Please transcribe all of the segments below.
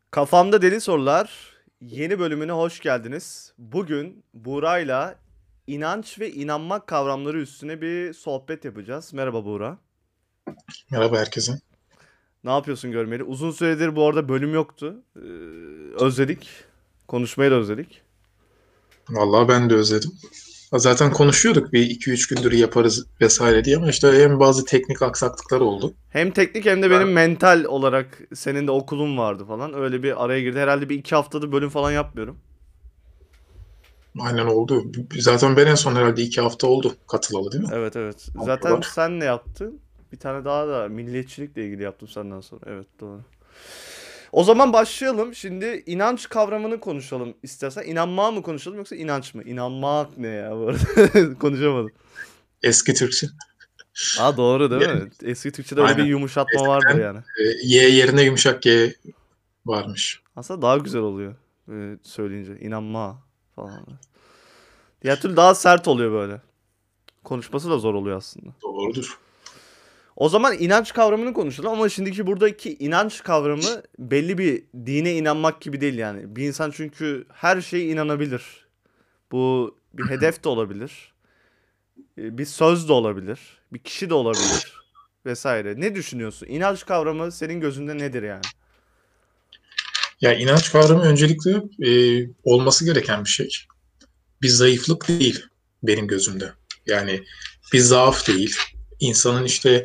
Kafamda Deli Sorular yeni bölümüne hoş geldiniz. Bugün Buğra'yla inanç ve inanmak kavramları üstüne bir sohbet yapacağız. Merhaba Buğra. Merhaba herkese. Ne yapıyorsun görmeli? Uzun süredir bu arada bölüm yoktu. Özledik. Konuşmayı da özledik. Vallahi ben de özledim. Zaten konuşuyorduk bir iki üç gündür yaparız vesaire diye ama işte hem bazı teknik aksaklıklar oldu. Hem teknik hem de benim Ben, mental olarak senin de okulun vardı falan. Öyle bir araya girdi. Herhalde bir iki haftadır bölüm falan yapmıyorum. aynen oldu. Zaten ben en son herhalde 2 hafta oldu katılalı değil mi? Evet evet. Zaten Var. sen ne yaptın? Bir tane daha da milliyetçilikle ilgili yaptım senden sonra. Evet doğru. O zaman başlayalım. Şimdi inanç kavramını konuşalım istersen. İnanmağa mı konuşalım yoksa inanç mı? İnanmak ne ya bu arada? Konuşamadım. Eski Türkçe. Aa doğru değil Yani, mi? Eski Türkçede öyle bir aynen. yumuşatma vardır Eskiden yani. Y yerine yumuşak G varmış. Aslında daha güzel oluyor söyleyince. İnanma falan. Diğer türlü daha sert oluyor böyle. Konuşması da zor oluyor aslında. Doğrudur. O zaman inanç kavramını konuşalım ama şimdiki buradaki inanç kavramı belli bir dine inanmak gibi değil yani. Bir insan çünkü her şeye inanabilir. Bu bir hedef de olabilir. Bir söz de olabilir. Bir kişi de olabilir. Vesaire. Ne düşünüyorsun? İnanç kavramı senin gözünde nedir yani? Ya inanç kavramı öncelikle olması gereken bir şey. Bir zayıflık değil benim gözümde. Yani bir zaaf değil. İnsanın işte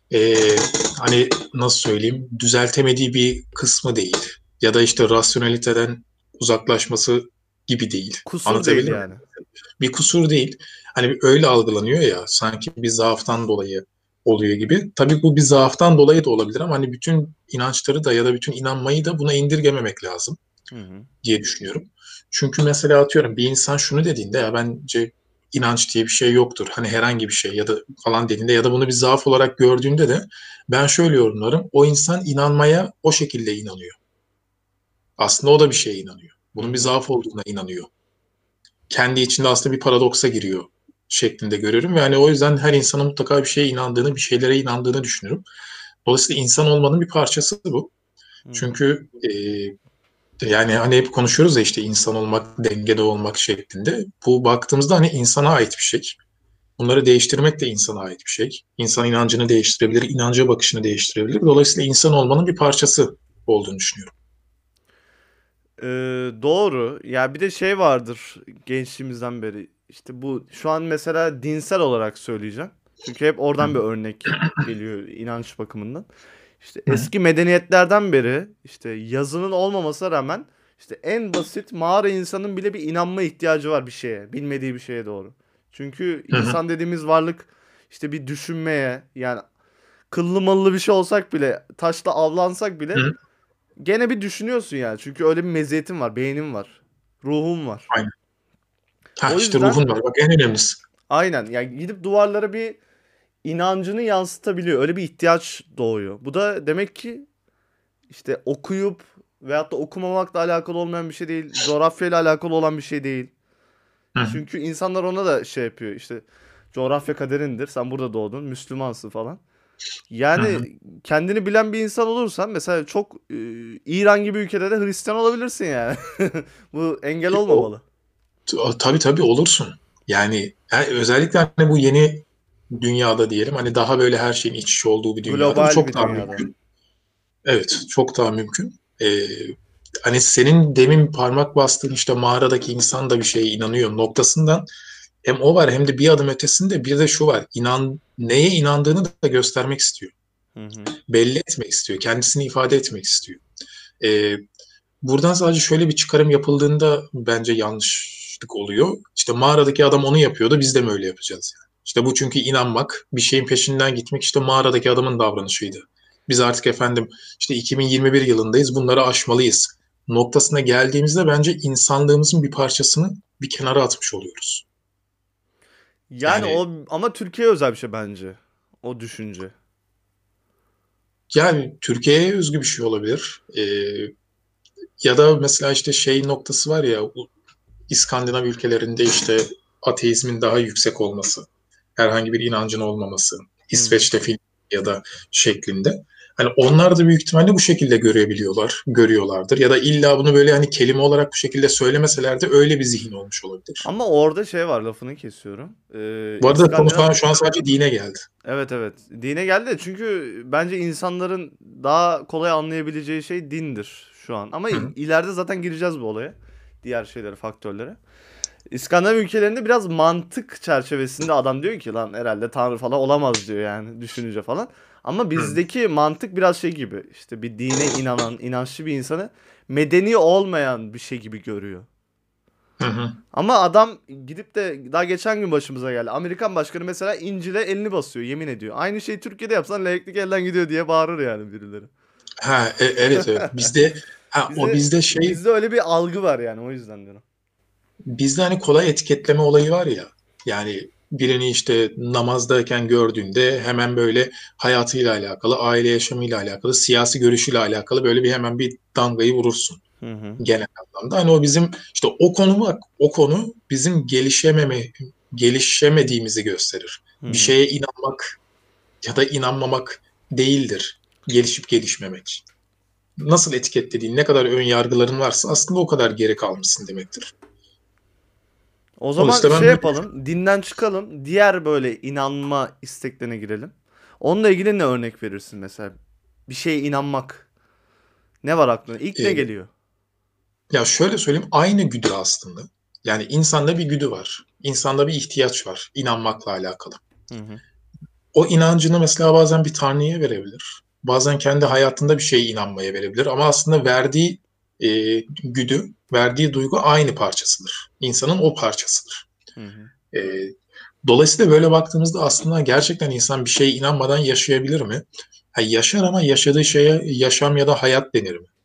hani nasıl söyleyeyim düzeltemediği bir kısmı değil. Ya da işte rasyonaliteden uzaklaşması gibi değil. Kusur değil Anlatabildim mi? yani. Bir kusur değil. Hani öyle algılanıyor ya sanki bir zaaftan dolayı oluyor gibi. Tabii bu bir zaaftan dolayı da olabilir ama hani bütün inançları da ya da bütün inanmayı da buna indirgememek lazım Hı hı. diye düşünüyorum. Çünkü mesela atıyorum bir insan şunu dediğinde ya bence inanç diye bir şey yoktur. Hani herhangi bir şey ya da falan dediğinde ya da bunu bir zaaf olarak gördüğünde de ben şöyle yorumlarım. O insan inanmaya o şekilde inanıyor. Aslında o da bir şeye inanıyor. Hı Bunun bir hı. zaaf olduğuna inanıyor. Kendi içinde aslında bir paradoksa giriyor şeklinde görüyorum. Yani o yüzden her insanın mutlaka bir şeye inandığını, bir şeylere inandığını düşünüyorum. Dolayısıyla insan olmanın bir parçası bu. Hı hı. Çünkü yani hani hep konuşuyoruz ya işte insan olmak, dengede olmak şeklinde. Bu baktığımızda hani insana ait bir şey. Bunları değiştirmek de insana ait bir şey. İnsan inancını değiştirebilir, inanca bakışını değiştirebilir. Dolayısıyla insan olmanın bir parçası olduğunu düşünüyorum. Ee, doğru. Ya bir de şey vardır gençliğimizden beri. İşte bu şu an mesela dinsel olarak söyleyeceğim. Çünkü hep Hı oradan bir hı. örnek geliyor inanç bakımından. İşte Hı hı. eski medeniyetlerden beri işte yazının olmamasına rağmen işte en basit mağara insanın bile bir inanma ihtiyacı var bir şeye. Bilmediği bir şeye doğru. Çünkü Hı hı. insan dediğimiz varlık işte bir düşünmeye yani kıllı mallı bir şey olsak bile taşla avlansak Hı bile hı. gene bir düşünüyorsun yani. Çünkü öyle bir meziyetin var, beynin var, ruhun var. Aynen. Ha O işte yüzden ruhun var. Bak en önemlisi. aynen yani gidip duvarlara bir inancını yansıtabiliyor. Öyle bir ihtiyaç doğuyor. Bu da demek ki işte okuyup veyahut da okumamakla alakalı olmayan bir şey değil. Coğrafyayla alakalı olan bir şey değil. Hı hı. Çünkü insanlar ona da şey yapıyor işte coğrafya kaderindir. Sen burada doğdun, Müslümansın falan. Hı hı. Yani kendini bilen bir insan olursan mesela çok İran gibi ülkede de Hristiyan olabilirsin yani. Bu engel O, olmamalı. tabii tabii olursun. Yani özellikle hani bu yeni dünyada diyelim hani daha böyle her şeyin iç içe olduğu bir dünyada bu Global çok bir daha dünyada. mümkün. Evet, çok daha mümkün. Hani senin demin parmak bastığın işte mağaradaki insan da bir şeye inanıyor noktasından hem o var hem de bir adım ötesinde bir de şu var. Neye inandığını da göstermek istiyor. Hı hı. Belli etmek istiyor. Kendisini ifade etmek istiyor. Ee, Buradan sadece şöyle bir çıkarım yapıldığında bence yanlışlık oluyor. İşte mağaradaki adam onu yapıyordu, biz de mi öyle yapacağız yani? İşte bu çünkü inanmak, bir şeyin peşinden gitmek işte mağaradaki adamın davranışıydı. Biz artık efendim işte 2021 yılındayız, bunları aşmalıyız noktasına geldiğimizde bence insanlığımızın bir parçasını bir kenara atmış oluyoruz. Yani Yani o ama Türkiye'ye özel bir şey bence. O düşünce. yani Türkiye'ye özgü bir şey olabilir. Ya da mesela işte şey noktası var ya İskandinav ülkelerinde işte ateizmin daha yüksek olması, herhangi bir inancın olmaması, Hı hı. İsveç'te film ya da şeklinde. Hani onlar da büyük ihtimalle bu şekilde görüyorlardır. Ya da illa bunu böyle hani kelime olarak bu şekilde söylemeseler de öyle bir zihin olmuş olabilir. Ama orada şey var, lafını kesiyorum. Bu arada konu İskandinav. şu an sadece dine geldi. Evet, evet. Dine geldi de, çünkü bence insanların daha kolay anlayabileceği şey dindir şu an. Ama Hı hı. ileride zaten gireceğiz bu olaya. Diğer şeylere, faktörlere. İskandinav ülkelerinde biraz mantık çerçevesinde adam diyor ki lan herhalde tanrı falan olamaz diyor, yani düşününce falan. Ama Hı bizdeki mantık biraz şey gibi, işte bir dine inanan, inançlı bir insanı medeni olmayan bir şey gibi görüyor. hı. Hı. Ama adam gidip de daha geçen gün başımıza geldi. Amerikan başkanı mesela İncil'e elini basıyor, yemin ediyor. Aynı şeyi Türkiye'de yapsan laiklik elden gidiyor diye bağırır yani birileri. Ha, evet evet. O Bizde bizde şey, bizde öyle bir algı var yani, o yüzden diyorum. bizde hani kolay etiketleme olayı var ya. Yani birini işte namazdayken gördüğünde hemen böyle hayatıyla alakalı, aile yaşamıyla alakalı, siyasi görüşüyle alakalı böyle bir hemen bir damgayı vurursun Hı hı. genel anlamda. Hani o bizim işte o konu bizim gelişemediğimizi gösterir. Hı Bir hı. şeye inanmak ya da inanmamak değildir. Gelişip gelişmemek. Nasıl etiketlediğin, ne kadar ön yargıların varsa aslında o kadar geri kalmışsın demektir. O zaman Dolayısıyla şey ben böyle yapalım. Dinden çıkalım. Diğer böyle inanma isteklerine girelim. Onunla ilgili ne örnek verirsin mesela? Bir şeye inanmak. Ne var aklına? İlk ne e, geliyor? ya şöyle söyleyeyim, aynı güdü aslında. Yani insanda bir güdü var. İnsanda bir ihtiyaç var inanmakla alakalı. Hı hı. O inancını mesela bazen bir tanrıya verebilir. Bazen kendi hayatında bir şeye inanmaya verebilir. Ama aslında verdiği güdü, verdiği duygu aynı parçasıdır. İnsanın o parçasıdır. Hı hı. E, Dolayısıyla böyle baktığımızda aslında gerçekten insan bir şeye inanmadan yaşayabilir mi? Ha, yaşar ama yaşadığı şeye yaşam ya da hayat denir mi?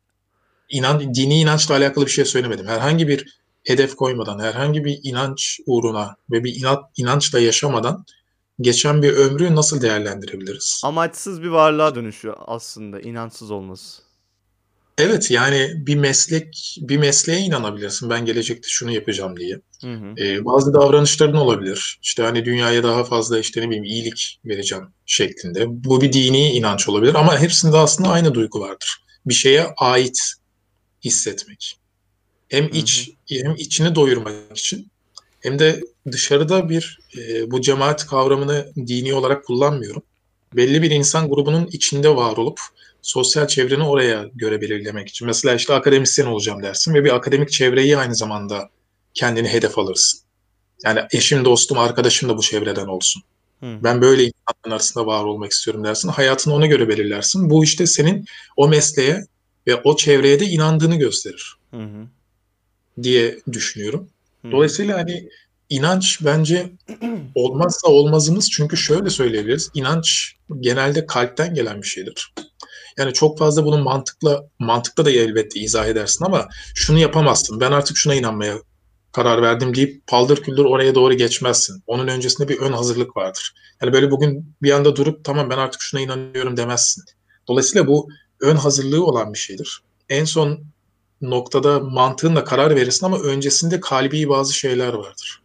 Dini inançla alakalı bir şey söylemedim. Herhangi bir hedef koymadan, herhangi bir inanç uğruna ve bir inançla yaşamadan geçen bir ömrü nasıl değerlendirebiliriz? Amaçsız bir varlığa dönüşüyor aslında inançsız olması. Evet, yani bir mesleğe inanabilirsin. Ben gelecekte şunu yapacağım diye. Hı hı. Bazı davranışların olabilir. İşte hani dünyaya daha fazla işte ne bileyim iyilik vereceğim şeklinde. Bu bir dini inanç olabilir ama hepsinde aslında aynı duygu vardır. Bir şeye ait hissetmek. Hı hı. Hem içini doyurmak için hem de dışarıda bu cemaat kavramını dini olarak kullanmıyorum. Belli bir insan grubunun içinde var olup sosyal çevreni oraya göre belirlemek için. Mesela işte akademisyen olacağım dersin ve bir akademik çevreyi aynı zamanda kendini hedef alırsın. Yani eşim, dostum, arkadaşım da bu çevreden olsun. Hı hı. Ben böyle insanların arasında var olmak istiyorum dersin. Hayatını ona göre belirlersin. Bu işte senin o mesleğe ve o çevreye de inandığını gösterir Hı hı. diye düşünüyorum. Hı hı. Dolayısıyla hani inanç bence olmazsa olmazımız, çünkü şöyle söyleyebiliriz. İnanç genelde kalpten gelen bir şeydir. Yani çok fazla bunu mantıkla da elbette izah edersin ama şunu yapamazsın. Ben artık şuna inanmaya karar verdim deyip paldır küldür oraya doğru geçmezsin. Onun öncesinde bir ön hazırlık vardır. Yani böyle bugün bir anda durup tamam ben artık şuna inanıyorum demezsin. Dolayısıyla bu ön hazırlığı olan bir şeydir. En son noktada mantığınla karar verirsin ama öncesinde kalbi bazı şeyler vardır.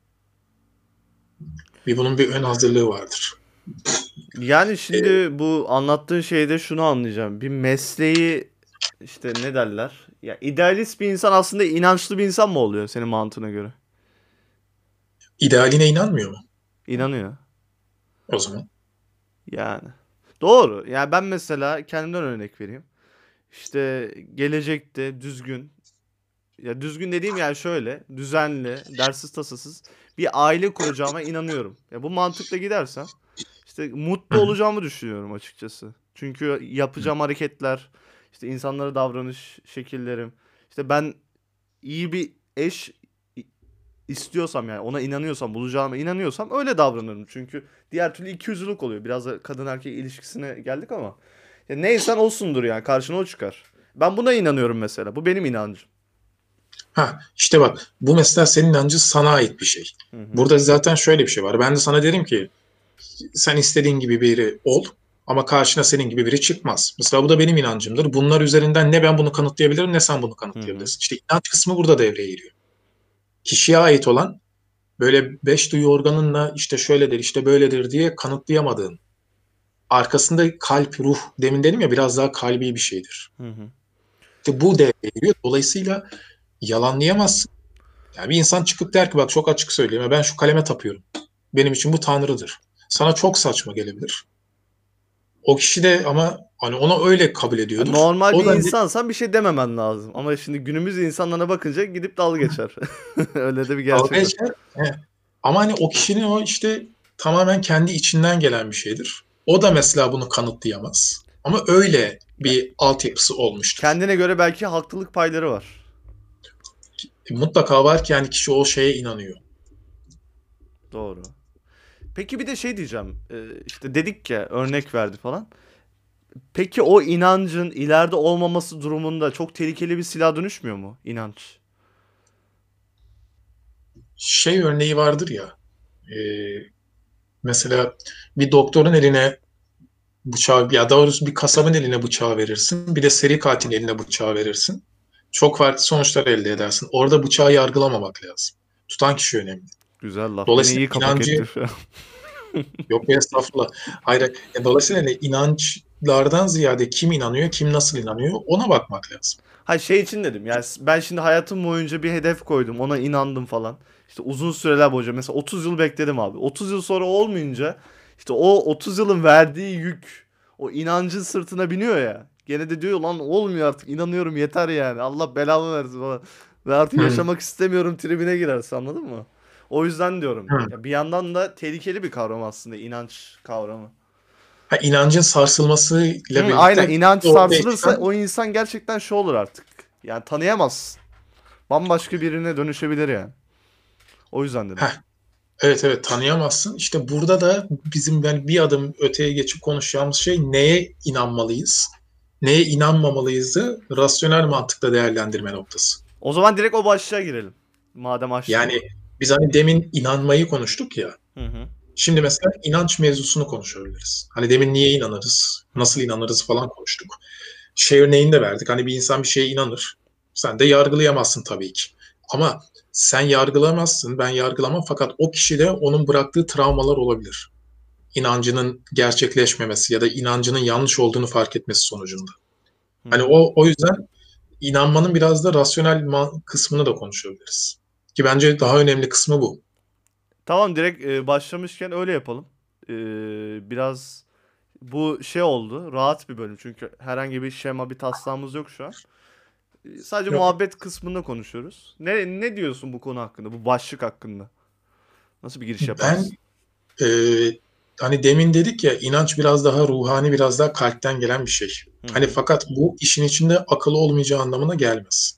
Bunun bir ön hazırlığı vardır. Yani E, şimdi bu anlattığın şeyde şunu anlayacağım. Bir mesleği, işte ne derler? Ya idealist bir insan aslında inançlı bir insan mı oluyor senin mantığına göre? idealine inanmıyor mu İnanıyor. o zaman? Yani. Doğru. Yani ben mesela kendimden örnek vereyim. İşte gelecekte düzgün, ya düzgün dediğim yani şöyle, düzenli, dersiz tasasız bir aile kuracağıma inanıyorum. Ya bu mantıkla gidersem işte Hı mutlu hı. olacağımı düşünüyorum açıkçası. Çünkü yapacağım hareketler, işte insanlara davranış şekillerim, işte ben iyi bir eş istiyorsam, yani ona inanıyorsam, bulacağıma inanıyorsam öyle davranırım. Çünkü diğer türlü ikiyüzlülük oluyor. Biraz da kadın erkek ilişkisine geldik ama ya neysen olsundur, yani karşına o çıkar. Ben buna inanıyorum mesela. Bu benim inancım. Ha, işte bak, bu mesela senin inancı sana ait bir şey. Hı hı. Burada zaten şöyle bir şey var. Ben de sana derim ki sen istediğin gibi biri ol ama karşına senin gibi biri çıkmaz. Mesela bu da benim inancımdır. Bunlar üzerinden ne ben bunu kanıtlayabilirim ne sen bunu Hı hı. kanıtlayabilirsin. İşte inanç kısmı burada devreye giriyor. Kişiye ait olan böyle beş duyu organınla işte şöyledir işte böyledir diye kanıtlayamadığın. arkasında kalp, ruh, demin dedim ya, biraz daha kalbi bir şeydir. Hı hı. İşte bu devreye giriyor. Dolayısıyla yalanlayamazsın. Yani bir insan çıkıp der ki bak çok açık söyleyeyim, ben şu kaleme tapıyorum. Benim için bu tanrıdır. Sana çok saçma gelebilir. O kişi de ama hani ona öyle kabul Yani ediyordur. normal bir O da insansan bir şey dememen lazım. Ama şimdi günümüz insanlarına bakınca gidip dalga geçer. Öyle de bir dalga gerçek var. geçer. He. Ama hani o kişinin o işte tamamen kendi içinden gelen bir şeydir. O da mesela bunu kanıtlayamaz. Ama öyle Yani bir altyapısı olmuştur. kendine göre belki haklılık payları var. Mutlaka var ki yani kişi o şeye inanıyor. Doğru. Peki bir de şey diyeceğim. İşte dedik ya, örnek verdi falan. Peki o inancın ileride olmaması durumunda çok tehlikeli bir silah dönüşmüyor mu inanç? Şey örneği vardır ya, e, mesela bir doktorun eline bıçağı, ya daha doğrusu bir kasabın eline bıçağı verirsin. Bir de seri katilin eline bıçağı verirsin. Çok farklı sonuçlar elde edersin. Orada bıçağı yargılamamak lazım. Tutan kişi önemli. Güzel laf. Beni Dolayısıyla iyi kapak inancı, etti şu an. yok be estağfurullah. Hayır, dolayısıyla hani inançlardan ziyade kim inanıyor, kim nasıl inanıyor ona bakmak lazım. Hayır, şey için dedim. Yani ben şimdi hayatım boyunca bir hedef koydum. Ona inandım falan. İşte uzun süreler boyunca mesela 30 yıl bekledim abi. 30 yıl sonra olmayınca işte o 30 yılın verdiği yük o inancın sırtına biniyor ya. Gene de diyor lan olmuyor artık, inanıyorum yeter yani. Allah belamı versin falan. Ve artık Hı, yaşamak istemiyorum tribine girersin, anladın mı? O yüzden diyorum. hı. Ya bir yandan da tehlikeli bir kavram aslında inanç kavramı. Ha, inancın sarsılmasıyla Aynen, birlikte inanç ortaya sarsılırsa çıkan. o insan gerçekten şu olur artık. Yani tanıyamazsın. Bambaşka birine dönüşebilir yani. O yüzden dedim. Heh, evet evet, tanıyamazsın. İşte burada da bizim yani bir adım öteye geçip konuşacağımız şey neye inanmalıyız, neye inanmamalıyızı rasyonel mantıkla değerlendirme noktası. O zaman direkt o başlığa girelim. Madem açtın. Yani biz hani demin inanmayı konuştuk ya. Hı hı. Şimdi mesela inanç mevzusunu konuşabiliriz. Hani demin niye inanırız, Hı nasıl hı. inanırız falan konuştuk. Şey örneğini de verdik. Hani bir insan bir şeye inanır. Sen de yargılayamazsın tabii ki. Ama sen yargılamazsın, ben yargılamam, fakat o kişide onun bıraktığı travmalar olabilir. İnancının gerçekleşmemesi ya da inancının yanlış olduğunu fark etmesi sonucunda. Hı Hani hı. o yüzden inanmanın biraz da rasyonel kısmını da konuşabiliriz. Ki bence daha önemli kısmı bu. Tamam, direkt başlamışken öyle yapalım. Biraz bu şey oldu. Rahat bir bölüm çünkü herhangi bir şema, bir taslağımız yok şu an. Sadece Yok. muhabbet kısmında konuşuyoruz. Ne diyorsun bu konu hakkında, bu başlık hakkında? Nasıl bir giriş Ben yaparsın? e, hani demin dedik ya, inanç biraz daha ruhani, biraz daha kalpten gelen bir şey. Hı Hani hı. fakat bu işin içinde akıllı olmayacağı anlamına gelmez.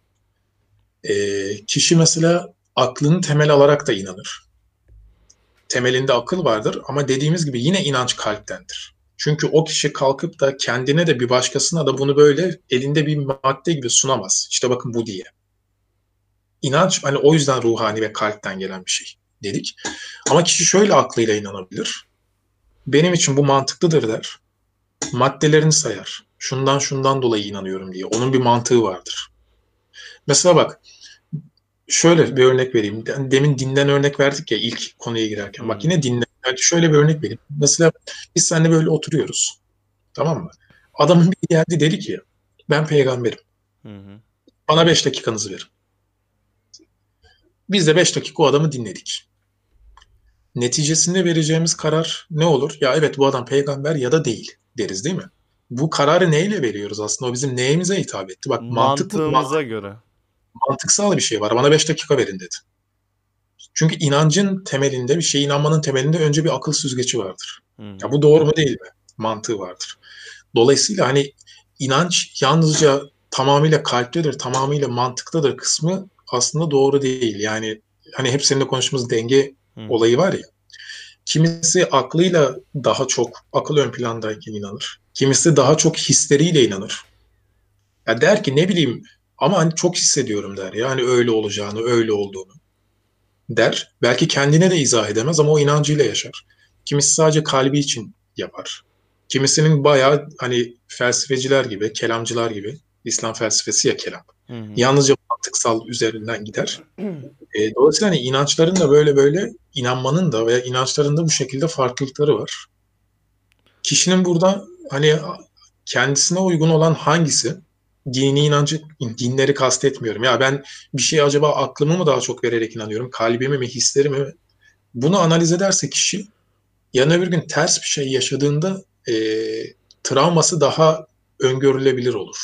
Kişi mesela aklını temel alarak da inanır. Temelinde akıl vardır ama dediğimiz gibi yine inanç kalptendir. Çünkü o kişi kalkıp da kendine de bir başkasına da bunu böyle elinde bir madde gibi sunamaz. İşte bakın bu diye. İnanç hani o yüzden ruhani ve kalpten gelen bir şey dedik. Ama kişi şöyle aklıyla inanabilir. Benim için bu mantıklıdır der. Maddelerini sayar. Şundan şundan dolayı inanıyorum diye. Onun bir mantığı vardır. Mesela bak, şöyle bir örnek vereyim. Demin dinden örnek verdik ya ilk konuya girerken. Bak Hı yine dinden. Yani şöyle bir örnek vereyim. Mesela biz seninle böyle oturuyoruz. Tamam mı? Adamın bir geldi dedi ki ben peygamberim. hı. Bana 5 dakikanızı verin. Biz de 5 dakika o adamı dinledik. Neticesinde vereceğimiz karar ne olur? Ya evet, bu adam peygamber ya da değil deriz, değil mi? Bu kararı neyle veriyoruz aslında? O bizim neyimize hitap etti? Bak, Mantığımıza göre. mantıksal bir şey var. Bana 5 dakika verin dedi. Çünkü inancın temelinde, bir şeye inanmanın temelinde önce bir akıl süzgeci vardır. Hı Ya hı. bu doğru mu değil mi? Mantığı vardır. Dolayısıyla hani inanç yalnızca tamamıyla kalptedir, tamamıyla mantıktadır kısmı aslında doğru değil. Yani hani hep seninle konuştuğumuz denge Hı hı. olayı var ya. Kimisi aklıyla daha çok, akıl ön plandayken inanır. Kimisi daha çok hisleriyle inanır. Ya der ki ne bileyim, ama hani çok hissediyorum der. Yani öyle olacağını, öyle olduğunu der. Belki kendine de izah edemez ama o inancıyla yaşar. Kimisi sadece kalbi için yapar. Kimisinin bayağı hani felsefeciler gibi, kelamcılar gibi, İslam felsefesi ya kelam. Hı hı. Yalnızca mantıksal üzerinden gider. Dolayısıyla hani inançların da böyle inanmanın da veya inançların da bu şekilde farklılıkları var. kişinin burada hani kendisine uygun olan hangisi? Dini inancı, dinleri kastetmiyorum. Ya ben bir şeye acaba aklımı mı daha çok vererek inanıyorum, kalbimi mi, hislerimi mi? Bunu analiz ederse kişi yarın öbür gün ters bir şey yaşadığında travması daha öngörülebilir olur.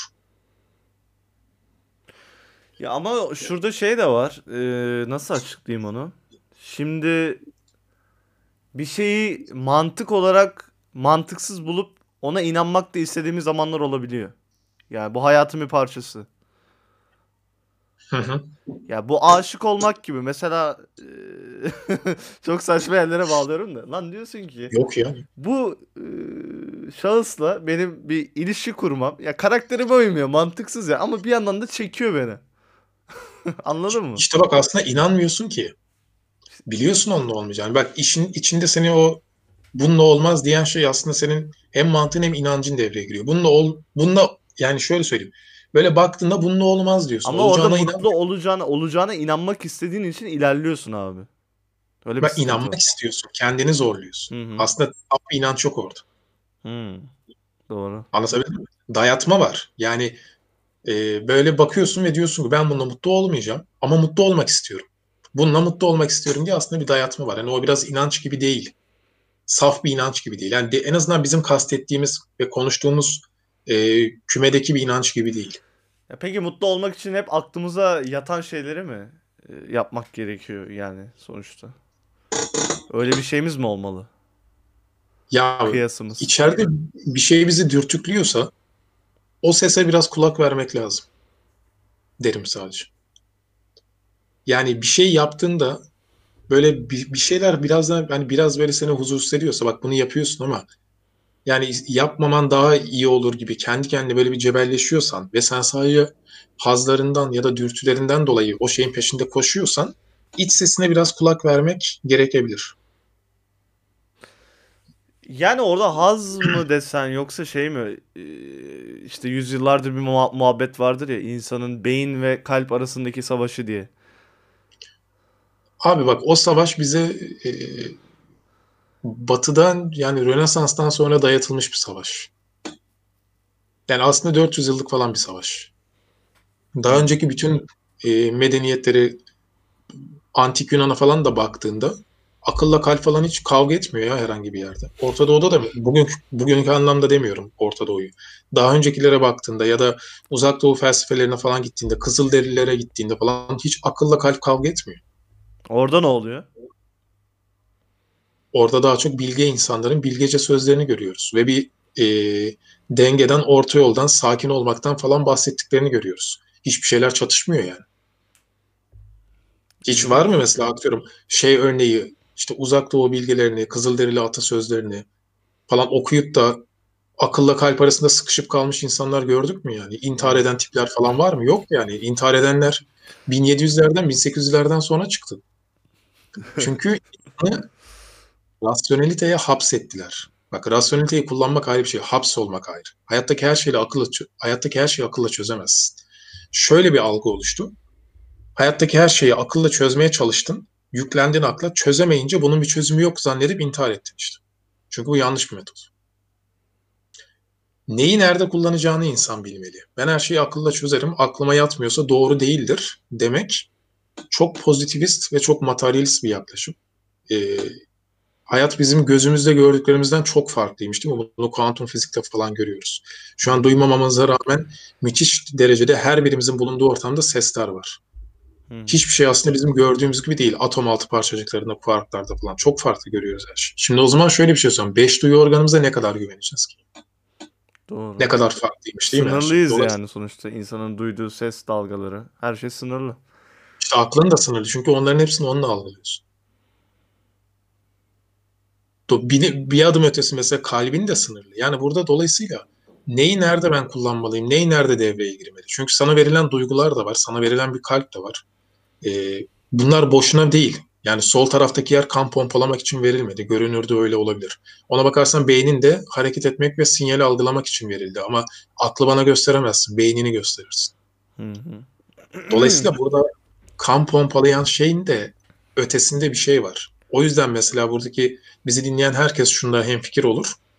Ya ama şurada şey de var. Nasıl açıklayayım onu? Şimdi bir şeyi mantık olarak mantıksız bulup ona inanmak da istediğimiz zamanlar olabiliyor. Yani bu hayatın bir parçası. Hı hı. Ya bu aşık olmak gibi. Mesela çok saçma yerlere bağlıyorum da. Lan diyorsun ki Yok ya. bu şahısla benim bir ilişki kurmam. Ya karakterime uymuyor. Mantıksız ya. Ama bir yandan da çekiyor beni. Anladın mı? İşte bak aslında inanmıyorsun ki. Biliyorsun onunla olmayacağını. Bak işin içinde seni o bununla olmaz diyen şey aslında senin hem mantığın hem inancın devreye giriyor. Bununla yani şöyle söyleyeyim. Böyle baktığında bununla olmaz diyorsun. Ama orada Olacağına mutlu inanmıyorsun. olacağına inanmak istediğin için ilerliyorsun abi. Öyle bir Bak sıkıntı inanmak var. istiyorsun. Kendini zorluyorsun. Hı hı. Aslında tam bir inanç yok orada. Hı, doğru. Anlatabildim mi? Dayatma var. Yani böyle bakıyorsun ve diyorsun ki ben bununla mutlu olmayacağım ama mutlu olmak istiyorum. Bununla mutlu olmak istiyorum diye aslında bir dayatma var. Yani o biraz inanç gibi değil. Saf bir inanç gibi değil. Yani en azından bizim kastettiğimiz ve konuştuğumuz kümedeki bir inanç gibi değil. Ya peki mutlu olmak için hep aklımıza yatan şeyleri mi yapmak gerekiyor yani sonuçta? Öyle bir şeyimiz mi olmalı? Ya Kıyasımız. içeride bir şey bizi dürtüklüyorsa o sese biraz kulak vermek lazım derim sadece. Yani bir şey yaptığında böyle bir şeyler biraz da hani biraz böyle seni huzursuz ediyorsa bak bunu yapıyorsun ama yani yapmaman daha iyi olur gibi kendi kendine böyle bir cebelleşiyorsan ve sen sadece hazlarından ya da dürtülerinden dolayı o şeyin peşinde koşuyorsan iç sesine biraz kulak vermek gerekebilir. Yani orada haz mı desen yoksa şey mi? İşte yüzyıllardır bir muhabbet vardır ya, insanın beyin ve kalp arasındaki savaşı diye. Abi bak o savaş bize e, batıdan yani Rönesans'tan sonra dayatılmış bir savaş. Yani aslında 400 yıllık falan bir savaş. Daha Hı. önceki bütün medeniyetleri Antik Yunan'a falan da baktığında akılla kalp falan hiç kavga etmiyor ya herhangi bir yerde. Orta Doğu'da da bugünkü anlamda demiyorum Orta Doğu'yu. Daha öncekilere baktığında ya da Uzak Doğu felsefelerine falan gittiğinde, Kızılderililere gittiğinde falan hiç akılla kalp kavga etmiyor. Orada ne oluyor? Orada daha çok bilge insanların bilgece sözlerini görüyoruz ve bir e, dengeden, orta yoldan, sakin olmaktan falan bahsettiklerini görüyoruz. Hiçbir şeyler çatışmıyor yani. Hiç var mı İlginç. mesela atıyorum şey örneği işte Uzak Doğu bilgelerini, Kızılderili atasözlerini falan okuyup da akılla kalp arasında sıkışıp kalmış insanlar gördük mü yani? İntihar Evet. eden tipler falan var mı? Yok yani. İntihar edenler 1700'lerden 1800'lerden sonra çıktı. Çünkü insanı rasyoneliteye hapsettiler. Bak rasyoneliteyi kullanmak ayrı bir şey, hapsolmak ayrı. Hayattaki her şeyi akılla çözemezsin. Şöyle bir algı oluştu. Hayattaki her şeyi akılla çözmeye çalıştın. Yüklendin akla. Çözemeyince bunun bir çözümü yok zannedip intihar ettin işte. Çünkü bu yanlış bir metot. Neyi nerede kullanacağını insan bilmeli. Ben her şeyi akılla çözerim, aklıma yatmıyorsa doğru değildir demek çok pozitivist ve çok materyalist bir yaklaşım. Ee, Hayat bizim gözümüzde gördüklerimizden çok farklıymış değil mi? Bunu kuantum fizikte falan görüyoruz. Şu Hı an hı. duymamamıza rağmen müthiş derecede her birimizin bulunduğu ortamda sesler var. Hı hı. Hiçbir şey aslında bizim gördüğümüz gibi değil. Atom altı parçacıklarında, kuarklarda falan çok farklı görüyoruz her şeyi. Şimdi o zaman şöyle bir şey söyleyeyim. Beş duyu organımıza ne kadar güveneceğiz ki? Ne Doğru. kadar farklıymış değil mi her şey? Sınırlıyız Dolayısıyla yani sonuçta. İnsanın duyduğu ses dalgaları. Her şey sınırlı. işte aklın da sınırlı. Çünkü onların hepsini onunla algılıyorsun. Bir adım ötesi mesela kalbin de sınırlı. Yani burada dolayısıyla neyi nerede ben kullanmalıyım, neyi nerede devreye girmeli? Çünkü sana verilen duygular da var, sana verilen bir kalp de var. Bunlar boşuna değil. Yani sol taraftaki yer kan pompalamak için verilmedi. Görünürde öyle olabilir. Ona bakarsan beynin de hareket etmek ve sinyali algılamak için verildi. Ama aklı bana gösteremezsin, beynini gösterirsin. Hı hı. Dolayısıyla burada kan pompalayan şeyin de ötesinde bir şey var. O yüzden mesela buradaki bizi dinleyen herkes şunda hemfikir olur.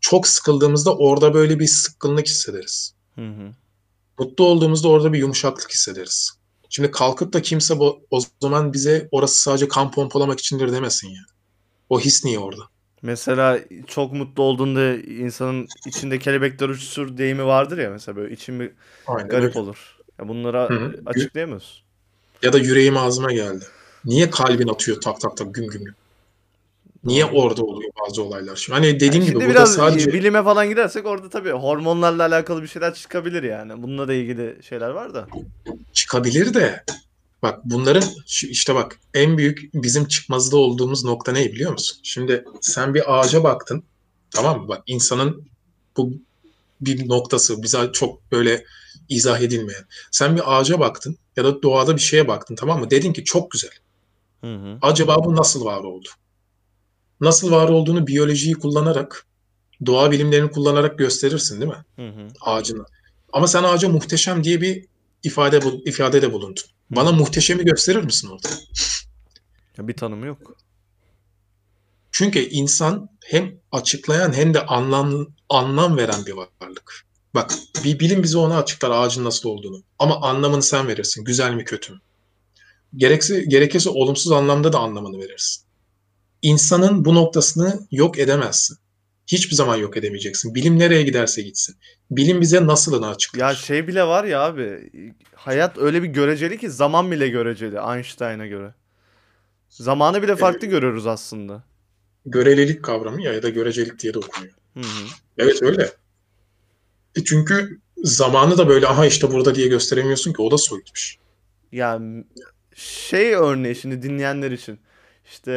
çok sıkıldığımızda orada böyle bir sıkkınlık hissederiz. Hı hı. Mutlu olduğumuzda orada bir yumuşaklık hissederiz. Şimdi kalkıp da kimse o zaman bize orası sadece kan pompalamak içindir demesin ya. O his niye orada? Mesela çok mutlu olduğunda insanın içinde kelebekler uçuşur deyimi vardır ya, mesela böyle içim bir Aynen garip öyle. olur. Ya bunlara Hı hı. açıklayamıyoruz. Ya da yüreğim ağzıma geldi. Niye kalbin atıyor tak tak tak güm güm güm? Niye Doğru. orada oluyor bazı olaylar? Şimdi hani Yani dediğim gibi şimdi burada biraz sadece bilime falan gidersek orada tabii hormonlarla alakalı bir şeyler çıkabilir yani. Bununla da ilgili şeyler var da. çıkabilir de bak bunların işte bak en büyük bizim çıkmazda olduğumuz nokta ne biliyor musun? Şimdi sen bir ağaca baktın, tamam mı? Bak insanın bu bir noktası bize çok böyle izah edilmeyen. Sen bir ağaca baktın ya da doğada bir şeye baktın, tamam mı? Dedin ki çok güzel. Hı hı. Acaba bu nasıl var oldu? Nasıl var olduğunu biyolojiyi kullanarak, doğa bilimlerini kullanarak gösterirsin değil mi? Hı hı. Ağacına. Ama sen ağaca muhteşem diye bir ifadede bulundun. Hı Bana hı. muhteşemi gösterir misin orada? Ya bir tanımı yok. Çünkü insan hem açıklayan hem de anlam veren bir varlık. Bak bir bilim bize onu açıklar ağacın nasıl olduğunu. Ama anlamını sen verirsin. Güzel mi kötü mü? Gerekirse olumsuz anlamda da anlamını verirsin. İnsanın bu noktasını yok edemezsin. Hiçbir zaman yok edemeyeceksin. Bilim nereye giderse gitsin. Bilim bize nasılını Ya açıklar. şey bile var ya abi. Hayat öyle bir göreceli ki zaman bile göreceli Einstein'a göre. Zamanı bile E, farklı görüyoruz aslında. görelilik kavramı ya da görecelik diye de okunuyor. Hı hı. Evet öyle. Çünkü zamanı da böyle aha işte burada diye gösteremiyorsun ki o da soyutmuş. Ya şey örneği şimdi dinleyenler için. İşte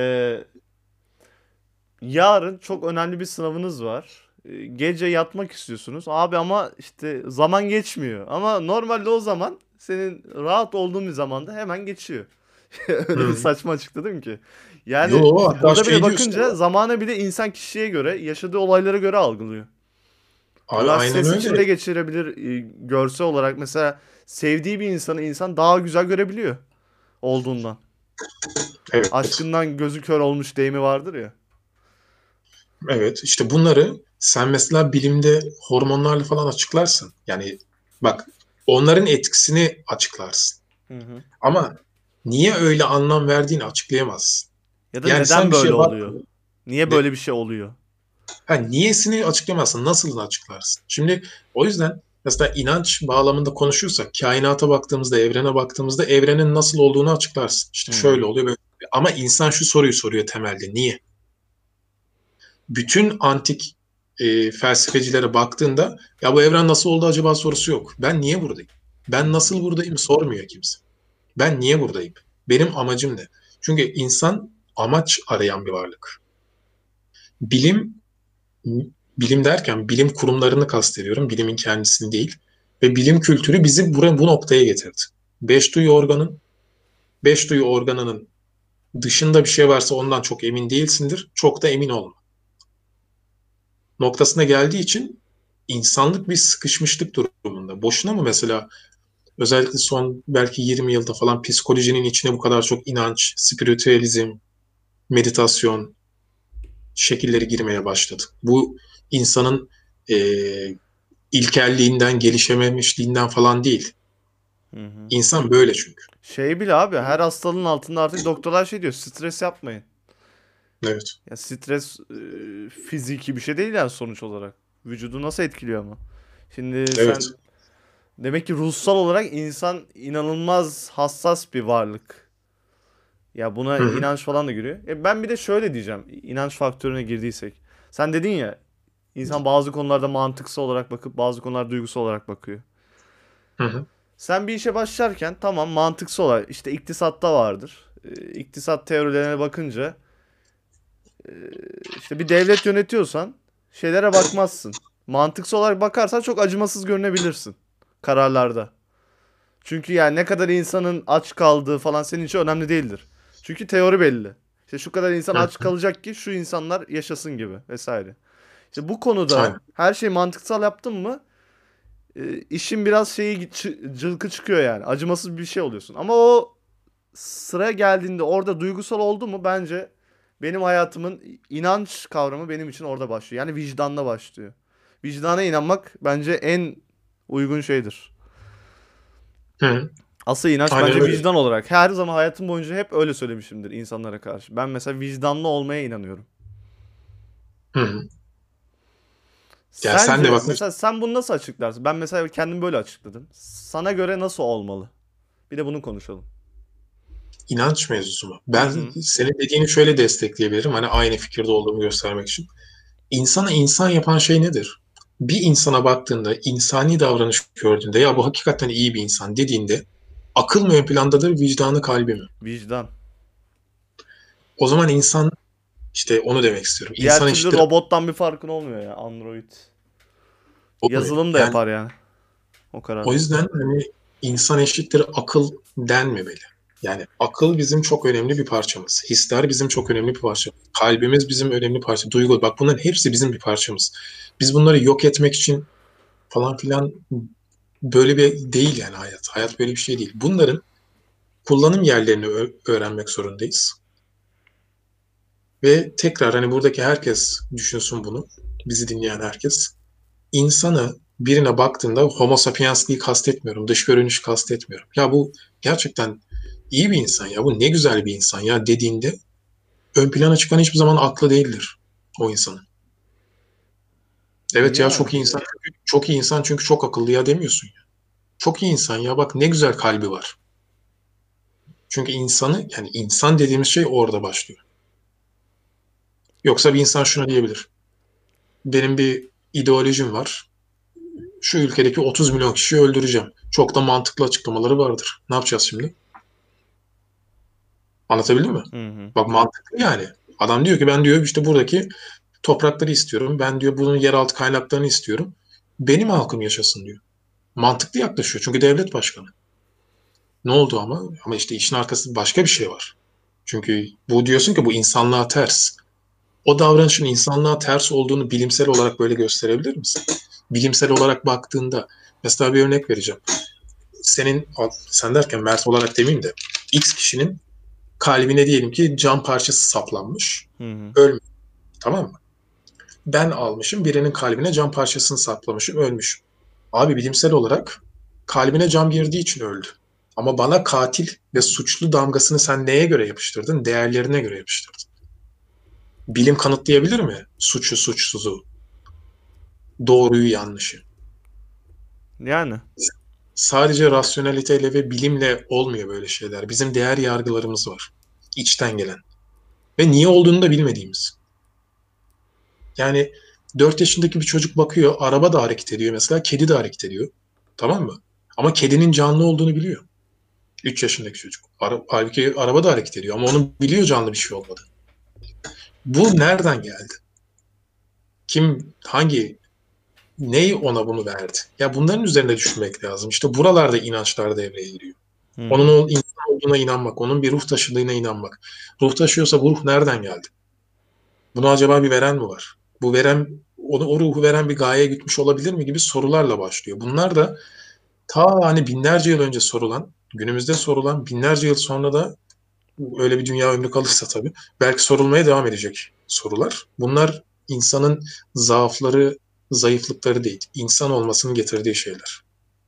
yarın çok önemli bir sınavınız var. Gece yatmak istiyorsunuz. Abi ama işte zaman geçmiyor. Ama normalde o zaman senin rahat olduğun bir zamanda hemen geçiyor. Öyle bir Hı. saçma açıkladım ki. Yani Yo işte hatta burada bile şey diyorsun bakınca ama zamana bile insan kişiye göre, yaşadığı olaylara göre algılıyor. abi Mesela aynen ses öyle. içinde geçirebilir görsel olarak, mesela sevdiği bir insanı insan daha güzel görebiliyor olduğundan. Evet. Aşkından gözü kör olmuş deyimi vardır ya. Evet. İşte bunları sen mesela bilimde hormonlarla falan açıklarsın. Yani bak onların etkisini açıklarsın. Hı hı. Ama niye öyle anlam verdiğini açıklayamazsın. Ya da Yani neden sen bir böyle şeye oluyor? baktın. Niye Ne, böyle bir şey oluyor? ha, niyesini açıklayamazsın. Nasılını açıklarsın? Şimdi o yüzden mesela inanç bağlamında konuşursak kainata baktığımızda, evrene baktığımızda evrenin nasıl olduğunu açıklarsın. İşte Hı hı. şöyle oluyor böyle. Ama insan şu soruyu soruyor temelde. Niye? Bütün antik felsefecilere baktığında ya bu evren nasıl oldu acaba sorusu yok. Ben niye buradayım? Hı Ben hı. nasıl buradayım sormuyor kimse. Ben niye buradayım? Benim amacım ne? Çünkü insan amaç arayan bir varlık. Bilim, bilim derken bilim kurumlarını kastediyorum. Bilimin kendisini değil. Ve bilim kültürü bizi bu noktaya getirdi. Beş duyu organın, beş duyu organının dışında bir şey varsa ondan çok emin değilsindir. Çok da emin olma noktasına geldiği için insanlık bir sıkışmışlık durumunda. Boşuna mı mesela özellikle son belki 20 yılda falan psikolojinin içine bu kadar çok inanç, spiritüalizm, meditasyon şekilleri girmeye başladı. Bu insanın e, ilkelliğinden, gelişememişliğinden falan değil. Hı hı. İnsan böyle çünkü. Şey bile abi, her hastalığın altında artık doktorlar şey diyor: stres yapmayın. Evet. Ya stres fiziki bir şey değil yani sonuç olarak. Vücudu nasıl etkiliyor ama. Şimdi Evet. sen, demek ki ruhsal olarak insan inanılmaz hassas bir varlık. Ya buna Hı hı. inanç falan da giriyor. Ben bir de şöyle diyeceğim, inanç faktörüne girdiysek. Sen dedin ya, insan bazı konularda mantıksal olarak bakıp bazı konularda duygusal olarak bakıyor. Hı hı. Sen bir işe başlarken tamam, mantıksal olarak işte iktisatta vardır. İktisat teorilerine bakınca işte bir devlet yönetiyorsan şeylere bakmazsın. Mantıksal olarak bakarsan çok acımasız görünebilirsin kararlarda. Çünkü yani ne kadar insanın aç kaldığı falan senin için önemli değildir. Çünkü teori belli. İşte şu kadar insan Hı aç hı. kalacak ki şu insanlar yaşasın gibi vesaire. İşte bu konuda Aynen. her şeyi mantıksal yaptın mı işin biraz cılkı çıkıyor yani. Acımasız bir şey oluyorsun. Ama o sıraya geldiğinde orada duygusal oldu mu bence Benim hayatımın inanç kavramı benim için orada başlıyor. Yani vicdanla başlıyor. Vicdana inanmak bence en uygun şeydir. Hı. Asıl inanç Aynen bence öyle. vicdan olarak. Her zaman hayatım boyunca hep öyle söylemişimdir insanlara karşı. Ben mesela vicdanlı olmaya inanıyorum. Hı hı. Yani sen de Sence bak mesela sen bunu nasıl açıklarsın? Ben mesela kendimi böyle açıkladım. Sana göre nasıl olmalı? Bir de bunu konuşalım. inanç mevzusu mu? Hı Ben hı. senin dediğini şöyle destekleyebilirim. Hani aynı fikirde olduğumu göstermek için. İnsanı insan yapan şey nedir? Bir insana baktığında, insani davranış gördüğünde ya bu hakikaten iyi bir insan dediğinde akıl mı ön plandadır, vicdanı kalbi mi? Vicdan. O zaman insan işte onu demek istiyorum. Diğer İnsan türlü eşittir robottan bir farkın olmuyor ya. Android. olmuyor. Yazılım da Yani yapar yani. O o kadar. yüzden hani insan eşittir akıl denmemeli. Yani akıl bizim çok önemli bir parçamız. Hisler bizim çok önemli bir parçamız. Kalbimiz bizim önemli parça. Duygu, bak bunların hepsi bizim bir parçamız. Biz bunları yok etmek için falan filan böyle bir değil yani hayat. Hayat böyle bir şey değil. Bunların kullanım yerlerini öğrenmek zorundayız. Ve tekrar hani buradaki herkes düşünsün bunu. Bizi dinleyen herkes. İnsanı birine baktığında homo sapiensliği kastetmiyorum. Dış görünüş kastetmiyorum. Ya bu gerçekten iyi bir insan ya. Bu ne güzel bir insan ya dediğinde ön plana çıkan hiçbir zaman aklı değildir o insanın. Evet ya Yani. çok iyi insan. Çok iyi insan çünkü çok akıllı ya demiyorsun ya. Çok iyi insan ya bak ne güzel kalbi var. Çünkü insanı yani insan dediğimiz şey orada başlıyor. Yoksa bir insan şunu diyebilir. Benim bir ideolojim var. Şu ülkedeki 30 milyon kişiyi öldüreceğim. Çok da mantıklı açıklamaları vardır. Ne yapacağız şimdi? Anlatabildim mi? Hı hı. Bak mantıklı yani. Adam diyor ki ben diyor işte buradaki toprakları istiyorum. Ben diyor bunun yeraltı kaynaklarını istiyorum. Benim halkım yaşasın diyor. Mantıklı yaklaşıyor çünkü devlet başkanı. Ne oldu ama? Ama işte işin arkasında başka bir şey var. Çünkü bu diyorsun ki bu insanlığa ters. O davranışın insanlığa ters olduğunu bilimsel olarak böyle gösterebilir misin? Bilimsel olarak baktığında mesela bir örnek vereceğim. Sen derken Mert olarak demeyeyim de X kişinin kalbine diyelim ki cam parçası saplanmış. Hı hı. Ölmüş. Tamam mı? Ben almışım birinin kalbine cam parçasını saplamışım ölmüş. Abi bilimsel olarak kalbine cam girdiği için öldü. Ama bana katil ve suçlu damgasını sen neye göre yapıştırdın? Değerlerine göre yapıştırdın. Bilim kanıtlayabilir mi? Suçu, suçsuzu, doğruyu, yanlışı. Yani. Sadece rasyoneliteyle ve bilimle olmuyor böyle şeyler. Bizim değer yargılarımız var. İçten gelen. Ve niye olduğunu da bilmediğimiz. Yani 4 yaşındaki bir çocuk bakıyor, araba da hareket ediyor mesela, kedi de hareket ediyor. Tamam mı? Ama kedinin canlı olduğunu biliyor. 3 yaşındaki çocuk. Halbuki araba da hareket ediyor ama onun biliyor canlı bir şey olmadı. Bu nereden geldi? Kim, hangi, ney ona bunu verdi? Ya bunların üzerinde düşünmek lazım. İşte buralarda inançlar devreye giriyor. Hı Onun hı. o insan olduğuna inanmak, onun bir ruh taşıdığına inanmak. Ruh taşıyorsa bu ruh nereden geldi? Bunu acaba bir veren mi var? Bu veren, onu o ruhu veren bir gaye gütmüş olabilir mi gibi sorularla başlıyor. Bunlar da ta hani binlerce yıl önce sorulan, günümüzde sorulan, binlerce yıl sonra da öyle bir dünya ömrü kalırsa tabii belki sorulmaya devam edecek sorular. Bunlar insanın zaafları, zayıflıkları değil, insan olmasının getirdiği şeyler.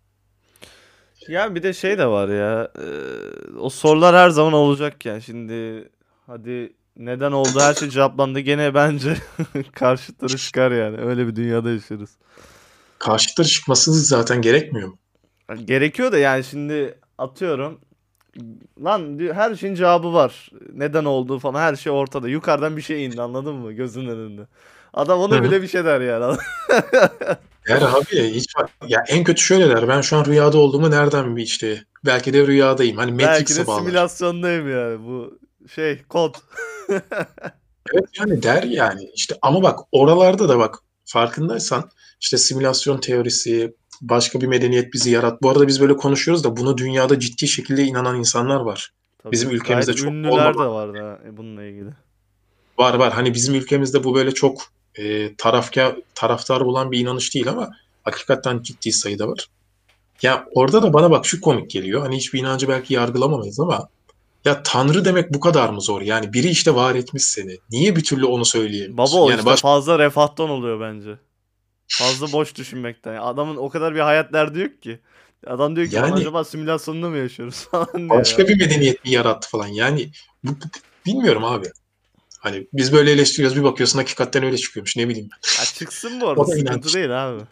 Ya bir de şey de var ya. O sorular her zaman olacak yani. Şimdi hadi neden oldu her şey cevaplandı. Gene bence karşıtları çıkar yani. Öyle bir dünyada yaşarız. Karşıtları çıkması zaten gerekmiyor mu? Yani gerekiyor da yani şimdi atıyorum. Lan her şeyin cevabı var. Neden olduğu falan her şey ortada. Yukarıdan bir şey indi anladın mı? Gözünün önünde. Adam Hı onu hı. bile bir şey der yani. Der abi hiç ya en kötü şöyle der. Ben şu an rüyada olduğumu nereden bir işte belki de rüyadayım. Hani Belki de Matrix'e bağlar. simülasyondayım yani bu şey kod. Evet yani der yani işte ama bak oralarda da bak farkındaysan işte simülasyon teorisi başka bir medeniyet bizi yarat. Bu arada biz böyle konuşuyoruz da buna dünyada ciddi şekilde inanan insanlar var. Bizim Tabii gayet ülkemizde çok ünlüler olmama de vardı ha, bununla ilgili. var var. Hani bizim ülkemizde bu böyle çok taraftar bulan bir inanış değil ama hakikaten ciddi sayıda var. Ya orada da bana bak şu komik geliyor. Hani hiçbir inancı belki yargılamamayız ama Ya Tanrı demek bu kadar mı zor? Yani biri işte var etmiş seni. Niye bir türlü onu Baba söyleyemiyorsun? o Yani işte fazla refahtan oluyor bence. Fazla boş düşünmekten. Adamın o kadar bir hayat derdi yok ki. Adam diyor ki lan yani acaba simülasyonda mı yaşıyoruz falan diyor ya. başka bir medeniyet mi yarattı falan. Yani bilmiyorum abi. Hani biz böyle eleştiriyoruz, bir bakıyorsun hakikaten öyle çıkıyormuş, ne bileyim ben. Ya çıksın bu arada, O da sıkıntı inanç. değil abi.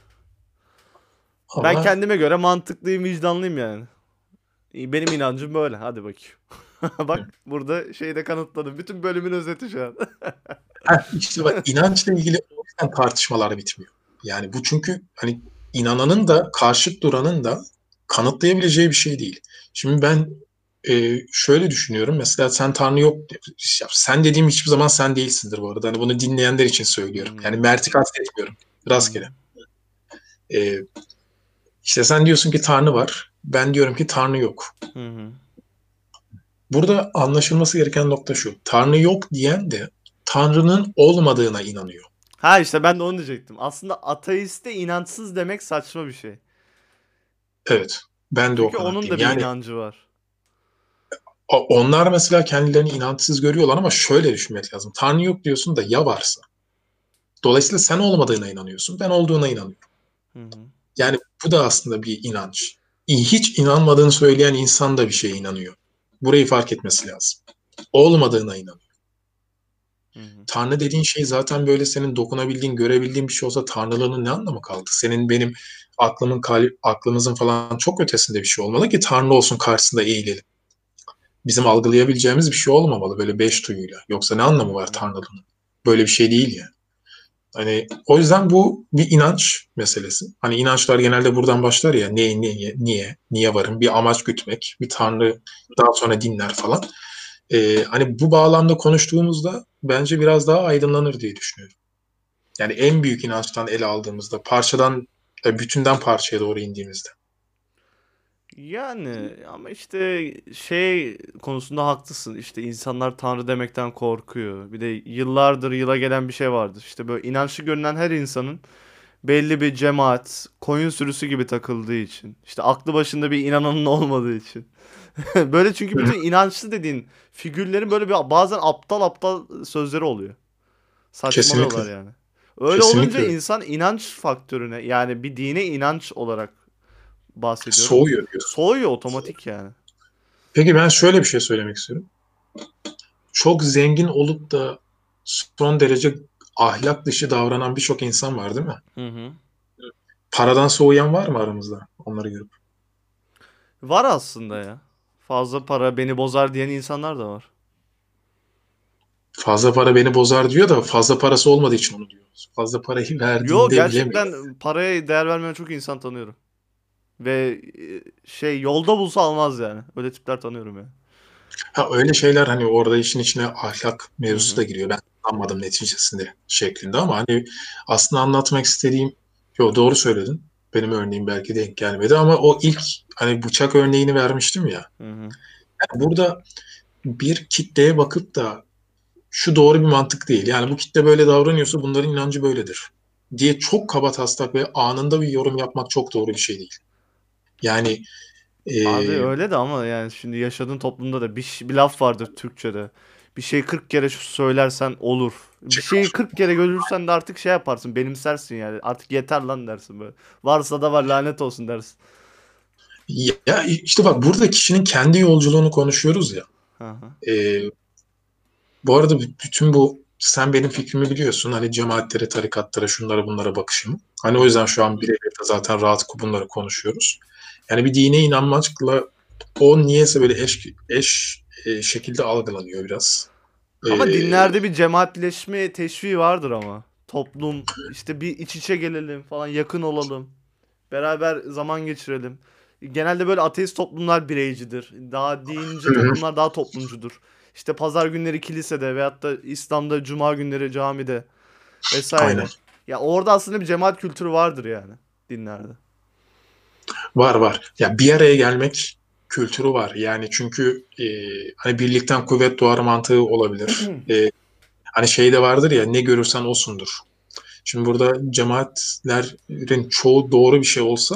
Ben Ama kendime göre mantıklıyım, vicdanlıyım yani. Benim inancım böyle. Hadi bakayım. Bak burada şeyi de kanıtladım. Bütün bölümün özeti şu an. işte bak, inançla ilgili o yüzden tartışmalar bitmiyor. Yani bu, çünkü hani inananın da karşıt duranın da kanıtlayabileceği bir şey değil. Şimdi ben şöyle düşünüyorum. Mesela sen Tanrı yok. Ya sen dediğim hiçbir zaman sen değilsindir bu arada. Hani bunu dinleyenler için Hı söylüyorum. hı. Yani Mert'i kastetmiyorum. Hı hı. Rastgele. E, işte sen diyorsun ki Tanrı var. Ben diyorum ki Tanrı yok. Hı hı. Burada anlaşılması gereken nokta şu: Tanrı yok diyen de Tanrı'nın olmadığına inanıyor. Ha işte ben de onu diyecektim. Aslında ateiste inançsız demek saçma bir şey. Evet, ben de o Çünkü onun kanaatteyim. da bir Yani inancı var. onlar mesela kendilerini inançsız görüyorlar ama şöyle düşünmek lazım. Tanrı yok diyorsun da ya varsa? Dolayısıyla sen olmadığına inanıyorsun, ben olduğuna inanıyorum. Hı hı. Yani bu da aslında bir inanç. Hiç inanmadığını söyleyen insan da bir şeye inanıyor. Burayı fark etmesi lazım. Olmadığına inanıyor. Hı hı. Tanrı dediğin şey zaten böyle senin dokunabildiğin, görebildiğin bir şey olsa Tanrılığının ne anlamı kaldı? Senin, benim aklımızın falan çok ötesinde bir şey olmalı ki Tanrı olsun karşısında eğilelim. Bizim algılayabileceğimiz bir şey olmamalı böyle beş duyuyla. Yoksa ne Hı anlamı var hı. Tanrılığın? Böyle bir şey değil yani. Hani o yüzden bu bir inanç meselesi. Hani inançlar genelde buradan başlar ya: niye varım? Bir amaç gütmek, bir tanrı, daha sonra dinler falan. Hani bu bağlamda konuştuğumuzda bence biraz daha aydınlanır diye düşünüyorum. Yani en büyük inançtan ele aldığımızda, parçadan, bütünden parçaya doğru indiğimizde. Yani ama işte şey konusunda haklısın. İşte insanlar Tanrı demekten korkuyor. Bir de yıllardır yıla gelen bir şey vardır. İşte böyle inançlı görünen her insanın belli bir cemaat, koyun sürüsü gibi takıldığı için. İşte aklı başında bir inananın olmadığı için. Böyle çünkü Hı hı. bütün inançlı dediğin figürlerin böyle bir bazen aptal aptal sözleri oluyor. Saçmalıyorlar Kesinlikle. yani. Öyle olunca Kesinlikle öyle. insan inanç faktörüne yani bir dine inanç olarak bahsediyorum. Soğuyor diyorsun. Soğuyor otomatik yani. Peki ben şöyle bir şey söylemek istiyorum. Çok zengin olup da son derece ahlak dışı davranan birçok insan var, değil mi? Hı hı. Paradan soğuyan var mı aramızda onları görüp? Var aslında ya. Fazla para beni bozar diyen insanlar da var. Fazla para beni bozar diyor da fazla parası olmadığı için onu diyor. Fazla parayı Yo verdiğinde bilemiyor. gerçekten paraya değer vermeyen çok insan tanıyorum. Ve şey yolda bulsa almaz yani. Öyle tipler tanıyorum ya. Ha, öyle şeyler, hani orada işin içine ahlak Hı mevzusu da hı. giriyor. Ben anlamadım neticesinde şeklinde, ama hani aslında anlatmak istediğim, yo, doğru söyledin. Benim örneğim belki denk gelmedi ama o ilk hani bıçak örneğini vermiştim ya. Hı hı. Yani burada bir kitleye bakıp da şu doğru bir mantık değil. Yani bu kitle böyle davranıyorsa bunların inancı böyledir diye çok kabataslak ve anında bir yorum yapmak çok doğru bir şey değil. Yani Abi e, öyle de ama yani şimdi yaşadığın toplumda da bir laf vardır Türkçe'de. Bir şeyi 40 kere söylersen olur. Bir şeyi 40 kere görürsen de artık şey yaparsın, benimsersin yani. Artık yeter lan dersin böyle. Varsa da var, lanet olsun dersin. ya işte bak, burada kişinin kendi yolculuğunu konuşuyoruz ya. Hı hı. E, Bu arada bütün bu, sen benim fikrimi biliyorsun. Hani cemaatlere, tarikatlara, şunlara bunlara bakışım. Hani Hı o yüzden hı. şu an birebir de zaten rahat bunları konuşuyoruz. Yani bir dine inanmakla o niyeyse böyle eş şekilde algılanıyor biraz. E, Ama dinlerde bir cemaatleşme teşviği vardır ama. Toplum işte bir iç içe gelelim falan, yakın olalım. Beraber zaman geçirelim. Genelde böyle ateist toplumlar bireycidir. Daha dinci hı hı, toplumlar daha toplumcudur. İşte pazar günleri kilisede veyahut da İslam'da cuma günleri camide aynen. vesaire. Ya orada aslında bir cemaat kültürü vardır yani dinlerde. Var var. Ya bir araya gelmek kültürü var. Yani çünkü hani birlikten kuvvet doğar mantığı olabilir. Hani şey de vardır ya: ne görürsen osundur. Şimdi burada cemaatlerin çoğu doğru bir şey olsa,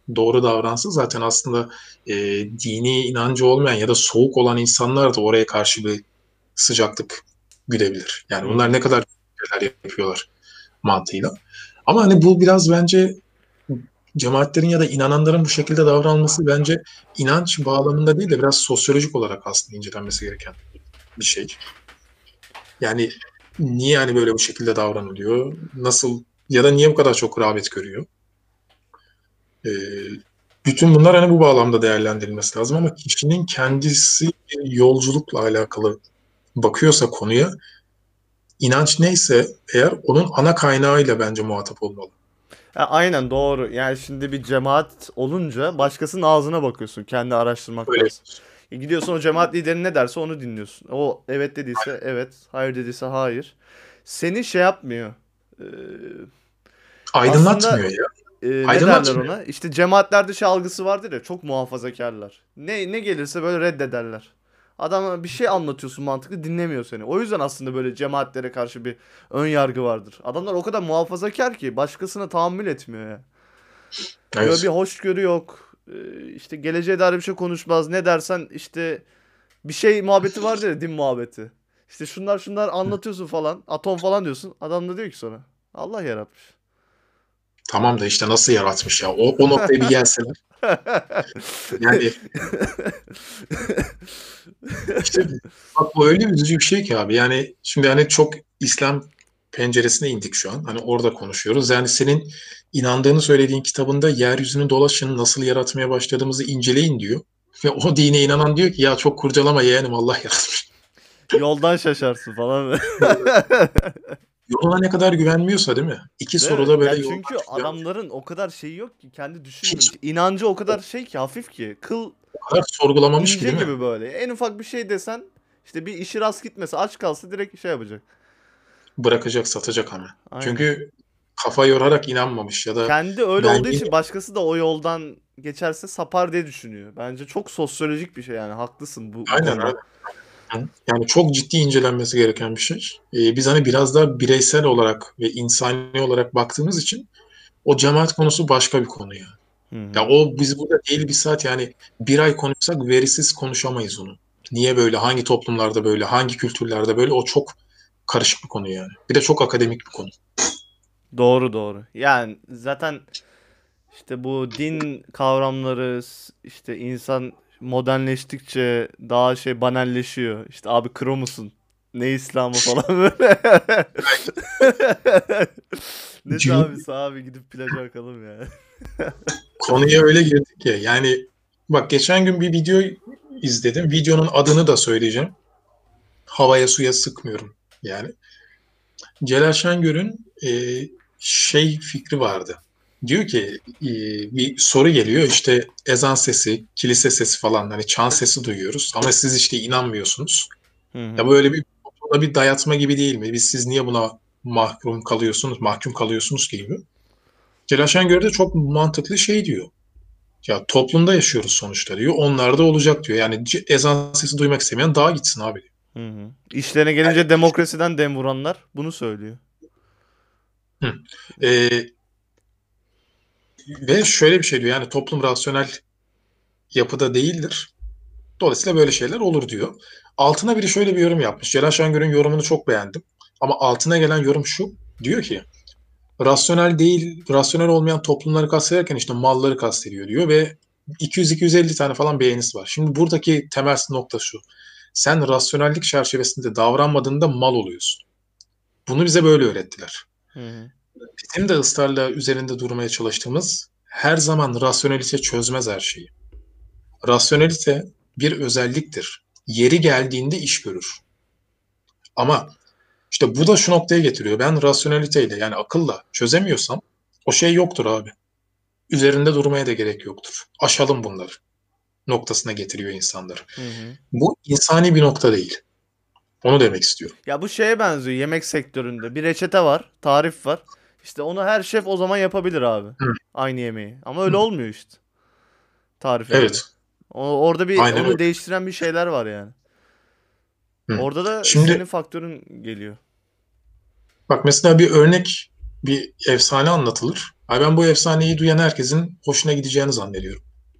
doğru davransa zaten aslında dini inancı olmayan ya da soğuk olan insanlar da oraya karşı bir sıcaklık güdebilir. Yani Hı bunlar hı. ne kadar şeyler yapıyorlar mantığıyla. Ama hani bu biraz bence cemaatlerin ya da inananların bu şekilde davranması bence inanç bağlamında değil de biraz sosyolojik olarak aslında incelenmesi gereken bir şey. Yani niye hani böyle bu şekilde davranılıyor? Nasıl ya da niye bu kadar çok rağbet görüyor? Ee, bütün bunlar hani bu bağlamda değerlendirilmesi lazım ama kişinin kendisi bir yolculukla alakalı bakıyorsa konuya inanç neyse eğer onun ana kaynağıyla bence muhatap olmalı. Aynen doğru. Yani şimdi bir cemaat olunca başkasının ağzına bakıyorsun kendi Öyle. araştırmaktansa. Gidiyorsun o cemaat lideri ne derse onu dinliyorsun. O evet dediyse evet, hayır dediyse hayır. Seni şey yapmıyor. Ee, aslında Aydınlatmıyor ya. ne derler Aydınlatmıyor. ona? İşte cemaatlerde şey algısı vardır ya, çok muhafazakarlar. Ne gelirse böyle reddederler. Adama bir şey anlatıyorsun mantıklı, dinlemiyor seni. O yüzden aslında böyle cemaatlere karşı bir ön yargı vardır. Adamlar o kadar muhafazakar ki başkasına tahammül etmiyor ya. Böyle bir Evet. hoşgörü yok. İşte geleceğe dair bir şey konuşmaz. Ne dersen işte bir şey muhabbeti vardır ya, din muhabbeti. İşte şunlar anlatıyorsun falan. Atom falan diyorsun. Adam da diyor ki sonra Allah yaratmış. Tamam da işte nasıl yaratmış ya? O noktaya bir gelseler. Yani işte bak bu öyle üzücü bir şey ki abi. Yani şimdi hani çok İslam penceresine indik şu an. Hani orada konuşuyoruz. Yani senin inandığını söylediğin kitabında yeryüzünün dolaşını nasıl yaratmaya başladığımızı inceleyin diyor. Ve o dine inanan diyor ki ya çok kurcalama yeğenim Allah yaratmış. Yoldan şaşarsın falan. Yoluna ne kadar güvenmiyorsa değil mi? İki Değil mi? soruda böyle Ya yoldan çünkü çıkıyor. adamların o kadar şeyi yok ki, kendi Hiç düşünmemiş. İnancı o kadar şey ki, hafif ki. Kıl o kadar sorgulamamış ki ince değil mi? gibi böyle. En ufak bir şey desen işte bir işi rast gitmese, aç kalsa direkt şey yapacak. Bırakacak, satacak ama. Aynen. Çünkü kafa yorarak inanmamış ya da Kendi öyle ben olduğu yine için başkası da o yoldan geçerse sapar diye düşünüyor. Bence çok sosyolojik bir şey yani. Haklısın bu aynen konuda. abi. Yani çok ciddi incelenmesi gereken bir şey. Biz hani biraz daha bireysel olarak ve insani olarak baktığımız için o cemaat konusu başka bir konu ya. Hı Ya hı. o biz burada değil bir saat yani bir ay konuşsak verisiz konuşamayız onu. Niye böyle? Hangi toplumlarda böyle? Hangi kültürlerde böyle? O çok karışık bir konu yani. Bir de çok akademik bir konu. Doğru doğru. Yani zaten işte bu din kavramları, işte insan modernleştikçe daha şey banalleşiyor. İşte abi kro musun? Ne İslam'ı falan böyle. Ne Cüm camisi abi, gidip plaja bakalım ya. konuya öyle girdik ki yani bak geçen gün bir video izledim. Videonun adını da söyleyeceğim. Havaya suya sıkmıyorum yani. Celal Şengör'ün şey fikri vardı. Diyor ki bir soru geliyor işte ezan sesi, kilise sesi falan hani çan sesi duyuyoruz ama siz işte inanmıyorsunuz. Hı Ya hı. böyle bir toplumda bir dayatma gibi değil mi? Siz niye buna mahkum kalıyorsunuz gibi. Celal Şengör de çok mantıklı şey diyor. Ya toplumda yaşıyoruz sonuçta diyor. Onlar da olacak diyor. Yani ezan sesi duymak istemeyen dağa gitsin abi diyor. Hı hı. İşlerine gelince demokrasiden dem vuranlar bunu söylüyor. Hı. E, ve şöyle bir şey diyor. Yani toplum rasyonel yapıda değildir. Dolayısıyla böyle şeyler olur diyor. Altına biri şöyle bir yorum yapmış. Celal Şengör'ün yorumunu çok beğendim. Ama altına gelen yorum şu. Diyor ki rasyonel değil, rasyonel olmayan toplumları kastederken işte malları kastediyor diyor ve 200-250 tane falan beğenisi var. Şimdi buradaki temel nokta şu. Sen rasyonellik çerçevesinde davranmadığında mal oluyorsun. Bunu bize böyle öğrettiler. Hı hı. Bizim de ısrarla üzerinde durmaya çalıştığımız her zaman rasyonelite çözmez her şeyi. Rasyonelite bir özelliktir. Yeri geldiğinde iş görür. Ama işte bu da şu noktaya getiriyor. Ben rasyoneliteyle yani akılla çözemiyorsam o şey yoktur abi. Üzerinde durmaya da gerek yoktur. Aşalım bunları noktasına getiriyor insanları. Hı hı. Bu insani bir nokta değil. Onu demek istiyorum. Ya bu şeye benziyor, yemek sektöründe. Bir reçete var, tarif var. İşte onu her şef o zaman yapabilir abi. Hı, Aynı yemeği. Ama hı. öyle olmuyor işte. Tarife göre. Evet. Orada bir Aynen onu öyle. değiştiren bir şeyler var yani. Hı. Orada da Şimdi senin faktörün geliyor. bak mesela bir örnek, bir efsane anlatılır. Abi ben bu efsaneyi duyan herkesin hoşuna gideceğini zannediyorum.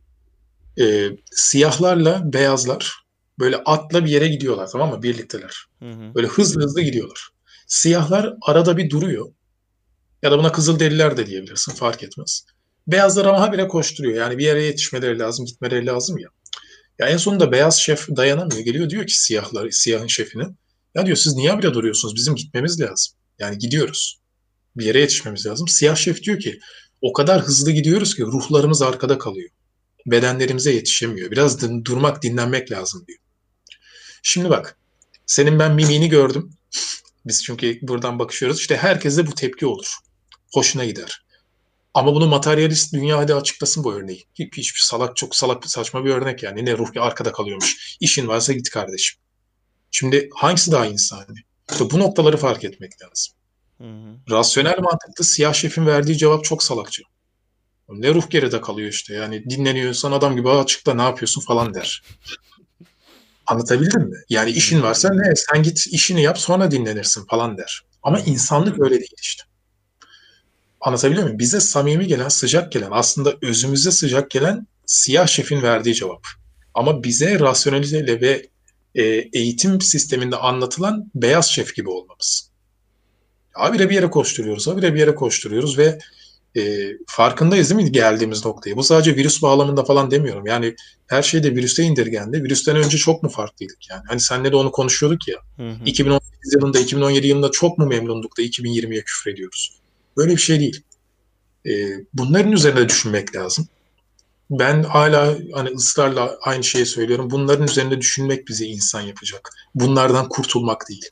Siyahlarla beyazlar böyle atla bir yere gidiyorlar, tamam mı? Birlikteler. Hı hı. Böyle hızlı hızlı gidiyorlar. Siyahlar arada bir duruyor. Ya da buna Kızılderililer de diyebilirsin, fark etmez. Beyazlar ama habire koşturuyor. Yani bir yere yetişmeleri lazım, gitmeleri lazım ya. Ya en sonunda beyaz şef dayanamıyor. Geliyor diyor ki siyahın şefine. Ya diyor, siz niye habire duruyorsunuz? Bizim gitmemiz lazım. Yani gidiyoruz. Bir yere yetişmemiz lazım. Siyah şef diyor ki o kadar hızlı gidiyoruz ki ruhlarımız arkada kalıyor. Bedenlerimize yetişemiyor. Biraz durmak, dinlenmek lazım diyor. Şimdi bak, senin ben mimini gördüm. Biz çünkü buradan bakışıyoruz. İşte herkeste bu tepki olur. Hoşuna gider. Ama bunu materyalist dünya hadi açıklasın bu örneği. Hiçbir salak, çok salak, saçma bir örnek yani. Ne ruh arkada kalıyormuş. İşin varsa git kardeşim. Şimdi hangisi daha insani? İşte bu noktaları fark etmek lazım. Hı hı. Rasyonel mantıklı siyah şefin verdiği cevap çok salakça. Ne ruh geride kalıyor işte. Yani dinleniyorsan adam gibi açıkla ne yapıyorsun falan der. Anlatabildim mi? Yani Hı işin hı. varsa ne sen git işini yap sonra dinlenirsin falan der. Hı Ama hı. insanlık öyle değil işte. Anlatabiliyor muyum? Bize samimi gelen, sıcak gelen, aslında özümüze sıcak gelen siyah şefin verdiği cevap. Ama bize rasyoneliteyle ve eğitim sisteminde anlatılan beyaz şef gibi olmamız. Habire bir yere koşturuyoruz, habire bir yere koşturuyoruz ve farkındayız değil mi geldiğimiz noktaya? Bu sadece virüs bağlamında falan demiyorum. Yani her şey de virüse indirgendi. Virüsten önce çok mu farklıydık yani? Hani senle de onu konuşuyorduk ya. Hı hı. 2018 yılında, 2017 yılında çok mu memnunduk da 2020'ye küfrediyoruz? Böyle bir şey değil. Bunların üzerine düşünmek lazım. Ben hala hani ısrarla aynı şeyi söylüyorum. Bunların üzerinde düşünmek bizi insan yapacak. Bunlardan kurtulmak değil.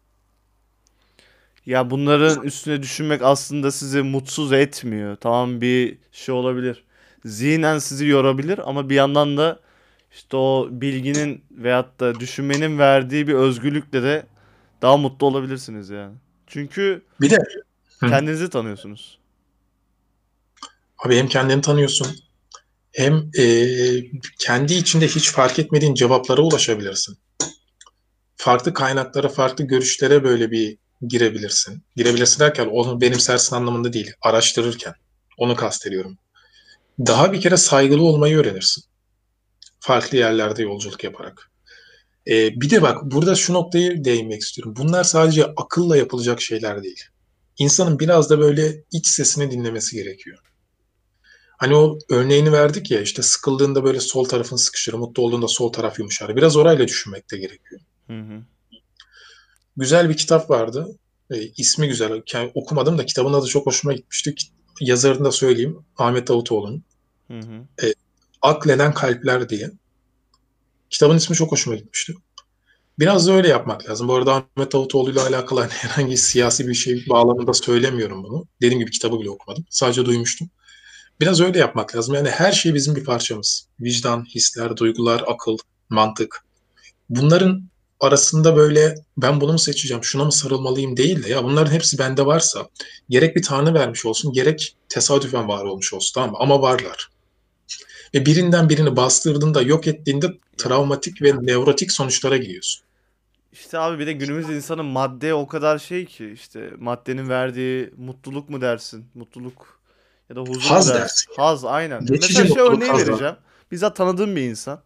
Ya bunların üstüne düşünmek aslında sizi mutsuz etmiyor. Tamam, bir şey olabilir. Zihnen sizi yorabilir ama bir yandan da işte o bilginin veyahut da düşünmenin verdiği bir özgürlükle de daha mutlu olabilirsiniz yani. Çünkü Bir de hı, kendinizi tanıyorsunuz. abi hem kendini tanıyorsun hem kendi içinde hiç fark etmediğin cevaplara ulaşabilirsin. Farklı kaynaklara, farklı görüşlere böyle bir girebilirsin. Girebilirsin derken onu benimsersin anlamında değil, araştırırken. Onu kastediyorum. Daha bir kere saygılı olmayı öğrenirsin. Farklı yerlerde yolculuk yaparak. Bir de bak burada şu noktayı değinmek istiyorum. Bunlar sadece akılla yapılacak şeyler değil. İnsanın biraz da böyle iç sesini dinlemesi gerekiyor. Hani o örneğini verdik ya işte sıkıldığında böyle sol tarafın sıkışır, mutlu olduğunda sol taraf yumuşar. Biraz orayla düşünmek de gerekiyor. Hı hı. Güzel bir kitap vardı. İsmi güzel. Yani okumadım da kitabın adı çok hoşuma gitmişti. Yazarını da söyleyeyim. Ahmet Davutoğlu'nun. Hı hı. E, Akleden Kalpler diye. Kitabın ismi çok hoşuma gitmişti. Biraz da öyle yapmak lazım. Bu arada Ahmet Davutoğlu ile alakalı hani herhangi siyasi bir şey bağlamında söylemiyorum bunu. Dediğim gibi kitabı bile okumadım. Sadece duymuştum. Biraz öyle yapmak lazım. Yani her şey bizim bir parçamız. Vicdan, hisler, duygular, akıl, mantık. Bunların arasında böyle ben bunu mu seçeceğim, şuna mı sarılmalıyım değil de ya bunların hepsi bende varsa gerek bir tanrı vermiş olsun, gerek tesadüfen var olmuş olsun, tamam mı? Ama varlar. Ve birinden birini bastırdığında, yok ettiğinde Ya travmatik ve nevrotik sonuçlara gidiyorsun. işte abi bir de günümüz insanın maddeye o kadar şey ki işte maddenin verdiği mutluluk mu dersin? Mutluluk ya da huzur mu Haz dersin? dersin. Haz, aynen. Ya Geçici mesela şey mutluluk örneği haz var. vereceğim. Bizzat tanıdığım bir insan.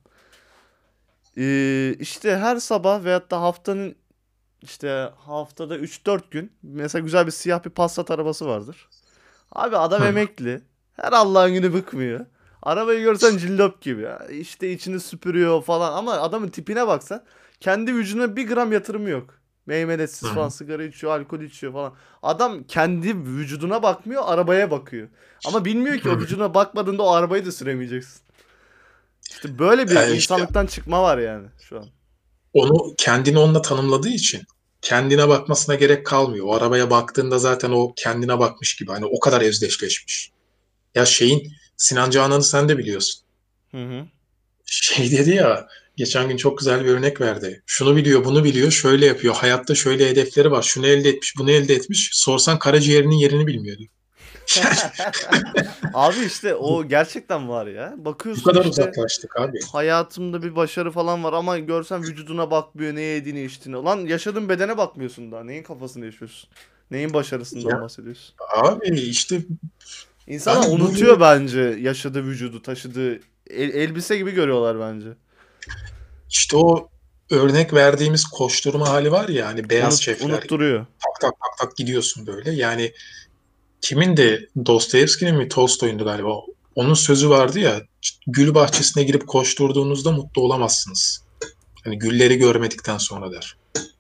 İşte her sabah veyahut da haftanın işte haftada 3-4 gün mesela güzel bir siyah bir Passat arabası vardır. Abi adam Hı. emekli. Her Allah'ın günü bıkmıyor. Arabayı görsen cillop gibi ya. İşte içini süpürüyor falan ama adamın tipine baksan kendi vücuduna bir gram yatırımı yok. Meymenetsiz falan, Hı. sigara içiyor, alkol içiyor falan. Adam kendi vücuduna bakmıyor, arabaya bakıyor. Ama bilmiyor ki o Hı. vücuduna bakmadığında o arabayı da süremeyeceksin. İşte böyle bir İşte insanlıktan çıkma var yani şu an. onu kendini onunla tanımladığı için kendine bakmasına gerek kalmıyor. O arabaya baktığında zaten o kendine bakmış gibi. Hani o kadar özdeşleşmiş. Ya Sinan Canan'ı sen de biliyorsun. Hı hı. Dedi ya geçen gün çok güzel bir örnek verdi. Şunu biliyor, bunu biliyor, şöyle yapıyor. Hayatta şöyle hedefleri var. Şunu elde etmiş, bunu elde etmiş. Sorsan karaciğerinin yerini bilmiyor diyor. Yani Abi işte bu, o gerçekten var ya. bu Bakıyorsun kadar işte uzaklaştık abi. hayatımda bir başarı falan var ama görsen vücuduna bakmıyor, ne yediğini içtiğini. Lan yaşadığın bedene bakmıyorsun daha. Neyin kafasında yaşıyorsun? Neyin başarısından Ya bahsediyorsun? abi işte İnsanlar Ben unutuyor böyle bence yaşadığı vücudu, taşıdığı elbise gibi görüyorlar bence. işte o örnek verdiğimiz koşturma hali var ya hani beyaz şefler Unutturuyor. tak tak tak tak gidiyorsun böyle. Yani kimin de Dostoyevski'nin mi Tolstoy'undu galiba. Onun sözü vardı ya gül bahçesine girip koşturduğunuzda mutlu olamazsınız. Hani gülleri görmedikten sonra der.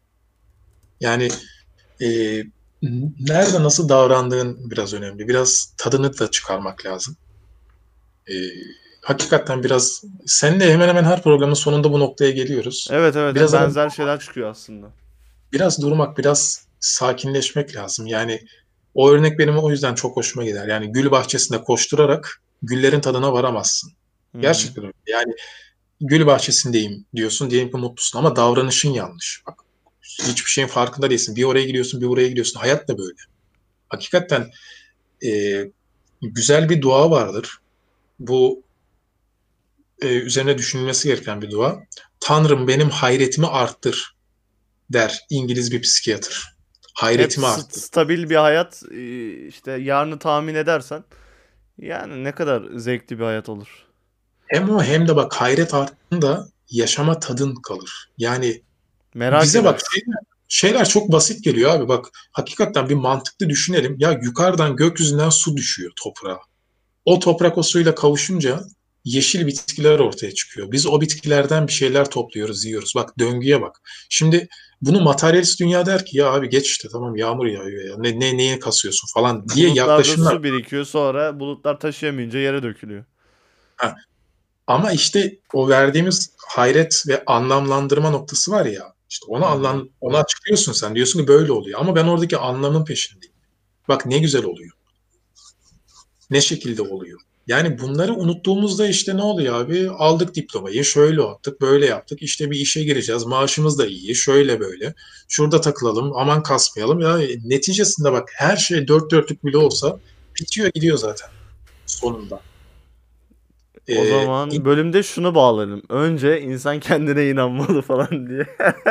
Yani e, nerede nasıl davrandığın biraz önemli. Biraz tadını da çıkarmak lazım. E, hakikaten biraz seninle hemen hemen her programın sonunda bu noktaya geliyoruz. Evet, evet, hep Biraz ama benzer şeyler çıkıyor aslında. biraz durmak, biraz sakinleşmek lazım. Yani o örnek benim o yüzden çok hoşuma gider. Yani gül bahçesinde koşturarak güllerin tadına varamazsın. Hı hı. Gerçekten öyle. Yani gül bahçesindeyim diyorsun, diyelim ki mutlusun ama davranışın yanlış. Bak hiçbir şeyin farkında değilsin. Bir oraya gidiyorsun, bir buraya gidiyorsun. Hayat da böyle. Hakikaten e, güzel bir dua vardır. Bu üzerine düşünülmesi gereken bir dua. Tanrım benim hayretimi arttır der İngiliz bir psikiyatr. Hep Hayretimi arttır. stabil bir hayat, işte yarını tahmin edersen yani ne kadar zevkli bir hayat olur. Hem o hem de bak hayret arttığında yaşama tadın kalır. Yani Merak bize bak edersin. şeyler çok basit geliyor abi. Bak hakikaten bir mantıklı düşünelim. Ya yukarıdan gökyüzünden su düşüyor toprağa. O toprak o suyla kavuşunca yeşil bitkiler ortaya çıkıyor. Biz o bitkilerden bir şeyler topluyoruz, yiyoruz. Bak döngüye bak. Şimdi bunu materyalist dünya der ki ya abi geç işte tamam yağmur yağıyor ya. Neye kasıyorsun falan diye Bulutlarda yaklaşırlar. su birikiyor, sonra bulutlar taşıyamayınca yere dökülüyor. Ha, ama işte o verdiğimiz hayret ve anlamlandırma noktası var ya. İşte Hı hı. onu açıklıyorsun sen. Diyorsun ki böyle oluyor. Ama ben oradaki anlamın peşindeyim. Bak ne güzel oluyor. Ne şekilde oluyor. Yani bunları unuttuğumuzda işte ne oluyor abi? Aldık diplomayı, şöyle yaptık, böyle yaptık. İşte bir işe gireceğiz, maaşımız da iyi, şöyle böyle. Şurada takılalım, aman kasmayalım. Ya neticesinde bak her şey dört dörtlük bile olsa bitiyor gidiyor zaten sonunda. O Ee, zaman bölümde şunu bağlarım. Önce insan kendine inanmalı falan diye.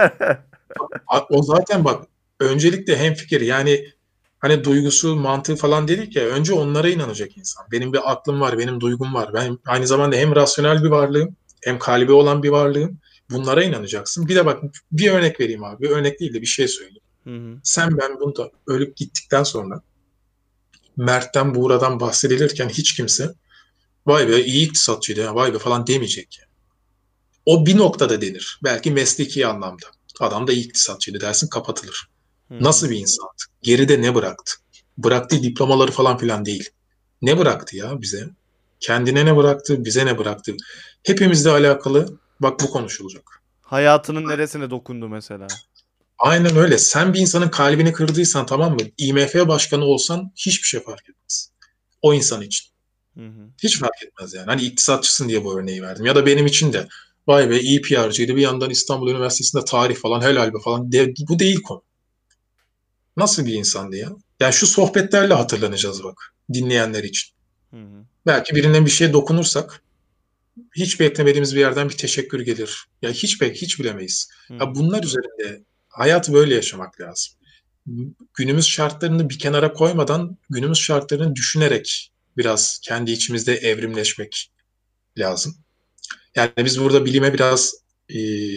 O zaten bak öncelikle hemfikir yani hani duygusu mantığı falan dedik ya önce onlara inanacak insan. Benim bir aklım var, benim duygum var. Ben aynı zamanda hem rasyonel bir varlığım hem kalbi olan bir varlığım. Bunlara inanacaksın. Bir de bak bir örnek vereyim abi. Bir örnek değil de bir şey söyleyeyim. Hı hı. Sen ben bunda ölüp gittikten sonra Mert'ten Buğra'dan bahsedilirken hiç kimse vay be iyi iktisatçıydı ya, vay be falan demeyecek. O bir noktada denir. Belki mesleki anlamda. Adam da iyi iktisatçıydı dersin kapatılır. Hı Nasıl hı. bir insandı? Geride ne bıraktı? Bıraktığı diplomaları falan filan değil. Ne bıraktı ya bize? Kendine ne bıraktı, bize ne bıraktı? Hepimizle alakalı bak bu konuşulacak. Hayatının neresine dokundu mesela? Aynen öyle. Sen bir insanın kalbini kırdıysan tamam mı? IMF başkanı olsan hiçbir şey fark etmez. O insan için. Hı hı. Hiç fark etmez yani. Hani iktisatçısın diye bu örneği verdim. Ya da benim için de vay be iyi PR'cıydı. Bir yandan İstanbul Üniversitesi'nde tarih falan helal be falan. Bu değil konu. Nasıl bir insandı ya? Yani şu sohbetlerle hatırlanacağız bak dinleyenler için. Hı hı. Belki birine bir şeye dokunursak hiç beklemediğimiz bir yerden bir teşekkür gelir. Ya hiç bilemeyiz. Hı Ya hı. bunlar üzerinde hayatı böyle yaşamak lazım. Günümüz şartlarını bir kenara koymadan günümüz şartlarını düşünerek biraz kendi içimizde evrimleşmek lazım. Yani biz burada bilime biraz e,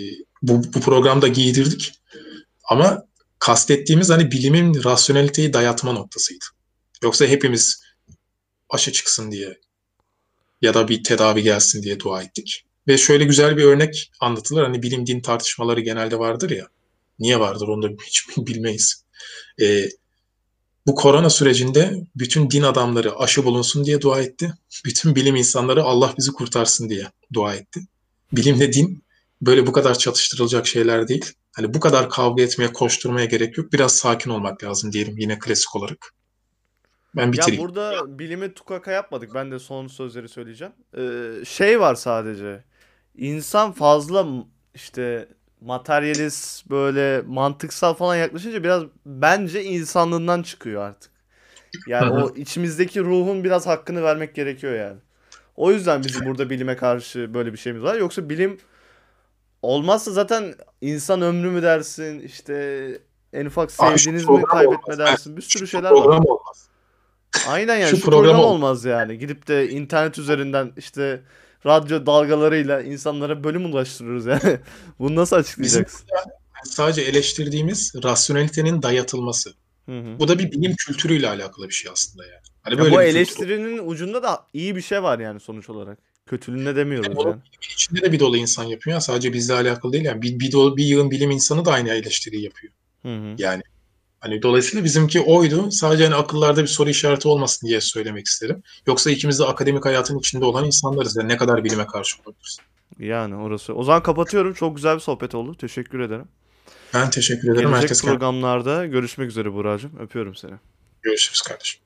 bu programda giydirdik ama kastettiğimiz hani bilimin rasyoneliteyi dayatma noktasıydı. Yoksa hepimiz aşı çıksın diye ya da bir tedavi gelsin diye dua ettik. Ve şöyle güzel bir örnek anlatılır. Hani bilim din tartışmaları genelde vardır ya. Niye vardır onu da hiç bilmeyiz. Ee, bu korona sürecinde bütün din adamları aşı bulunsun diye dua etti. Bütün bilim insanları Allah bizi kurtarsın diye dua etti. Bilimle din böyle bu kadar çatıştırılacak şeyler değil. Hani bu kadar kavga etmeye, koşturmaya gerek yok. Biraz sakin olmak lazım diyelim yine klasik olarak. Ben Ya bitireyim. burada bilimi tukaka yapmadık. Ben de son sözleri söyleyeceğim. Şey var sadece. İnsan fazla işte materyalist böyle mantıksal falan yaklaşınca biraz bence insanlığından çıkıyor artık. Hı Yani hı. o içimizdeki ruhun biraz hakkını vermek gerekiyor yani. O yüzden bizim burada bilime karşı böyle bir şeyimiz var. Yoksa bilim olmazsa zaten insan ömrü mü dersin, işte en ufak Abi şu sevdiğiniz mi program kaybetme olmaz. dersin. Bir Şu sürü şeyler var. program olmaz. Aynen yani Şu şu program program oldu. olmaz yani. Gidip de internet üzerinden işte radyo dalgalarıyla insanlara bölüm ulaştırıyoruz yani. Bunu nasıl Bizim açıklayacaksın? sadece eleştirdiğimiz rasyonelitenin dayatılması. Hı hı. Bu da bir bilim kültürüyle alakalı bir şey aslında yani. Hani Ya böyle bu bir kültür. eleştirinin ucunda da iyi bir şey var yani sonuç olarak. Kötülüğüne demiyoruz Onun yani. içinde de bir dolu insan yapıyor. Sadece bizle alakalı değil. Yani bir yığın bilim insanı da aynı eleştiriyi yapıyor. Hı hı. Yani hani dolayısıyla bizimki oydu. Sadece hani akıllarda bir soru işareti olmasın diye söylemek isterim. Yoksa ikimiz de akademik hayatın içinde olan insanlarız. Yani ne kadar bilime karşı olabiliriz. Yani orası. O zaman kapatıyorum. Çok güzel bir sohbet oldu. Teşekkür ederim. Ben teşekkür ederim. Gelecek Herkes kendine. programlarda görüşmek üzere Buğra'cığım. Öpüyorum seni. Görüşürüz kardeşim.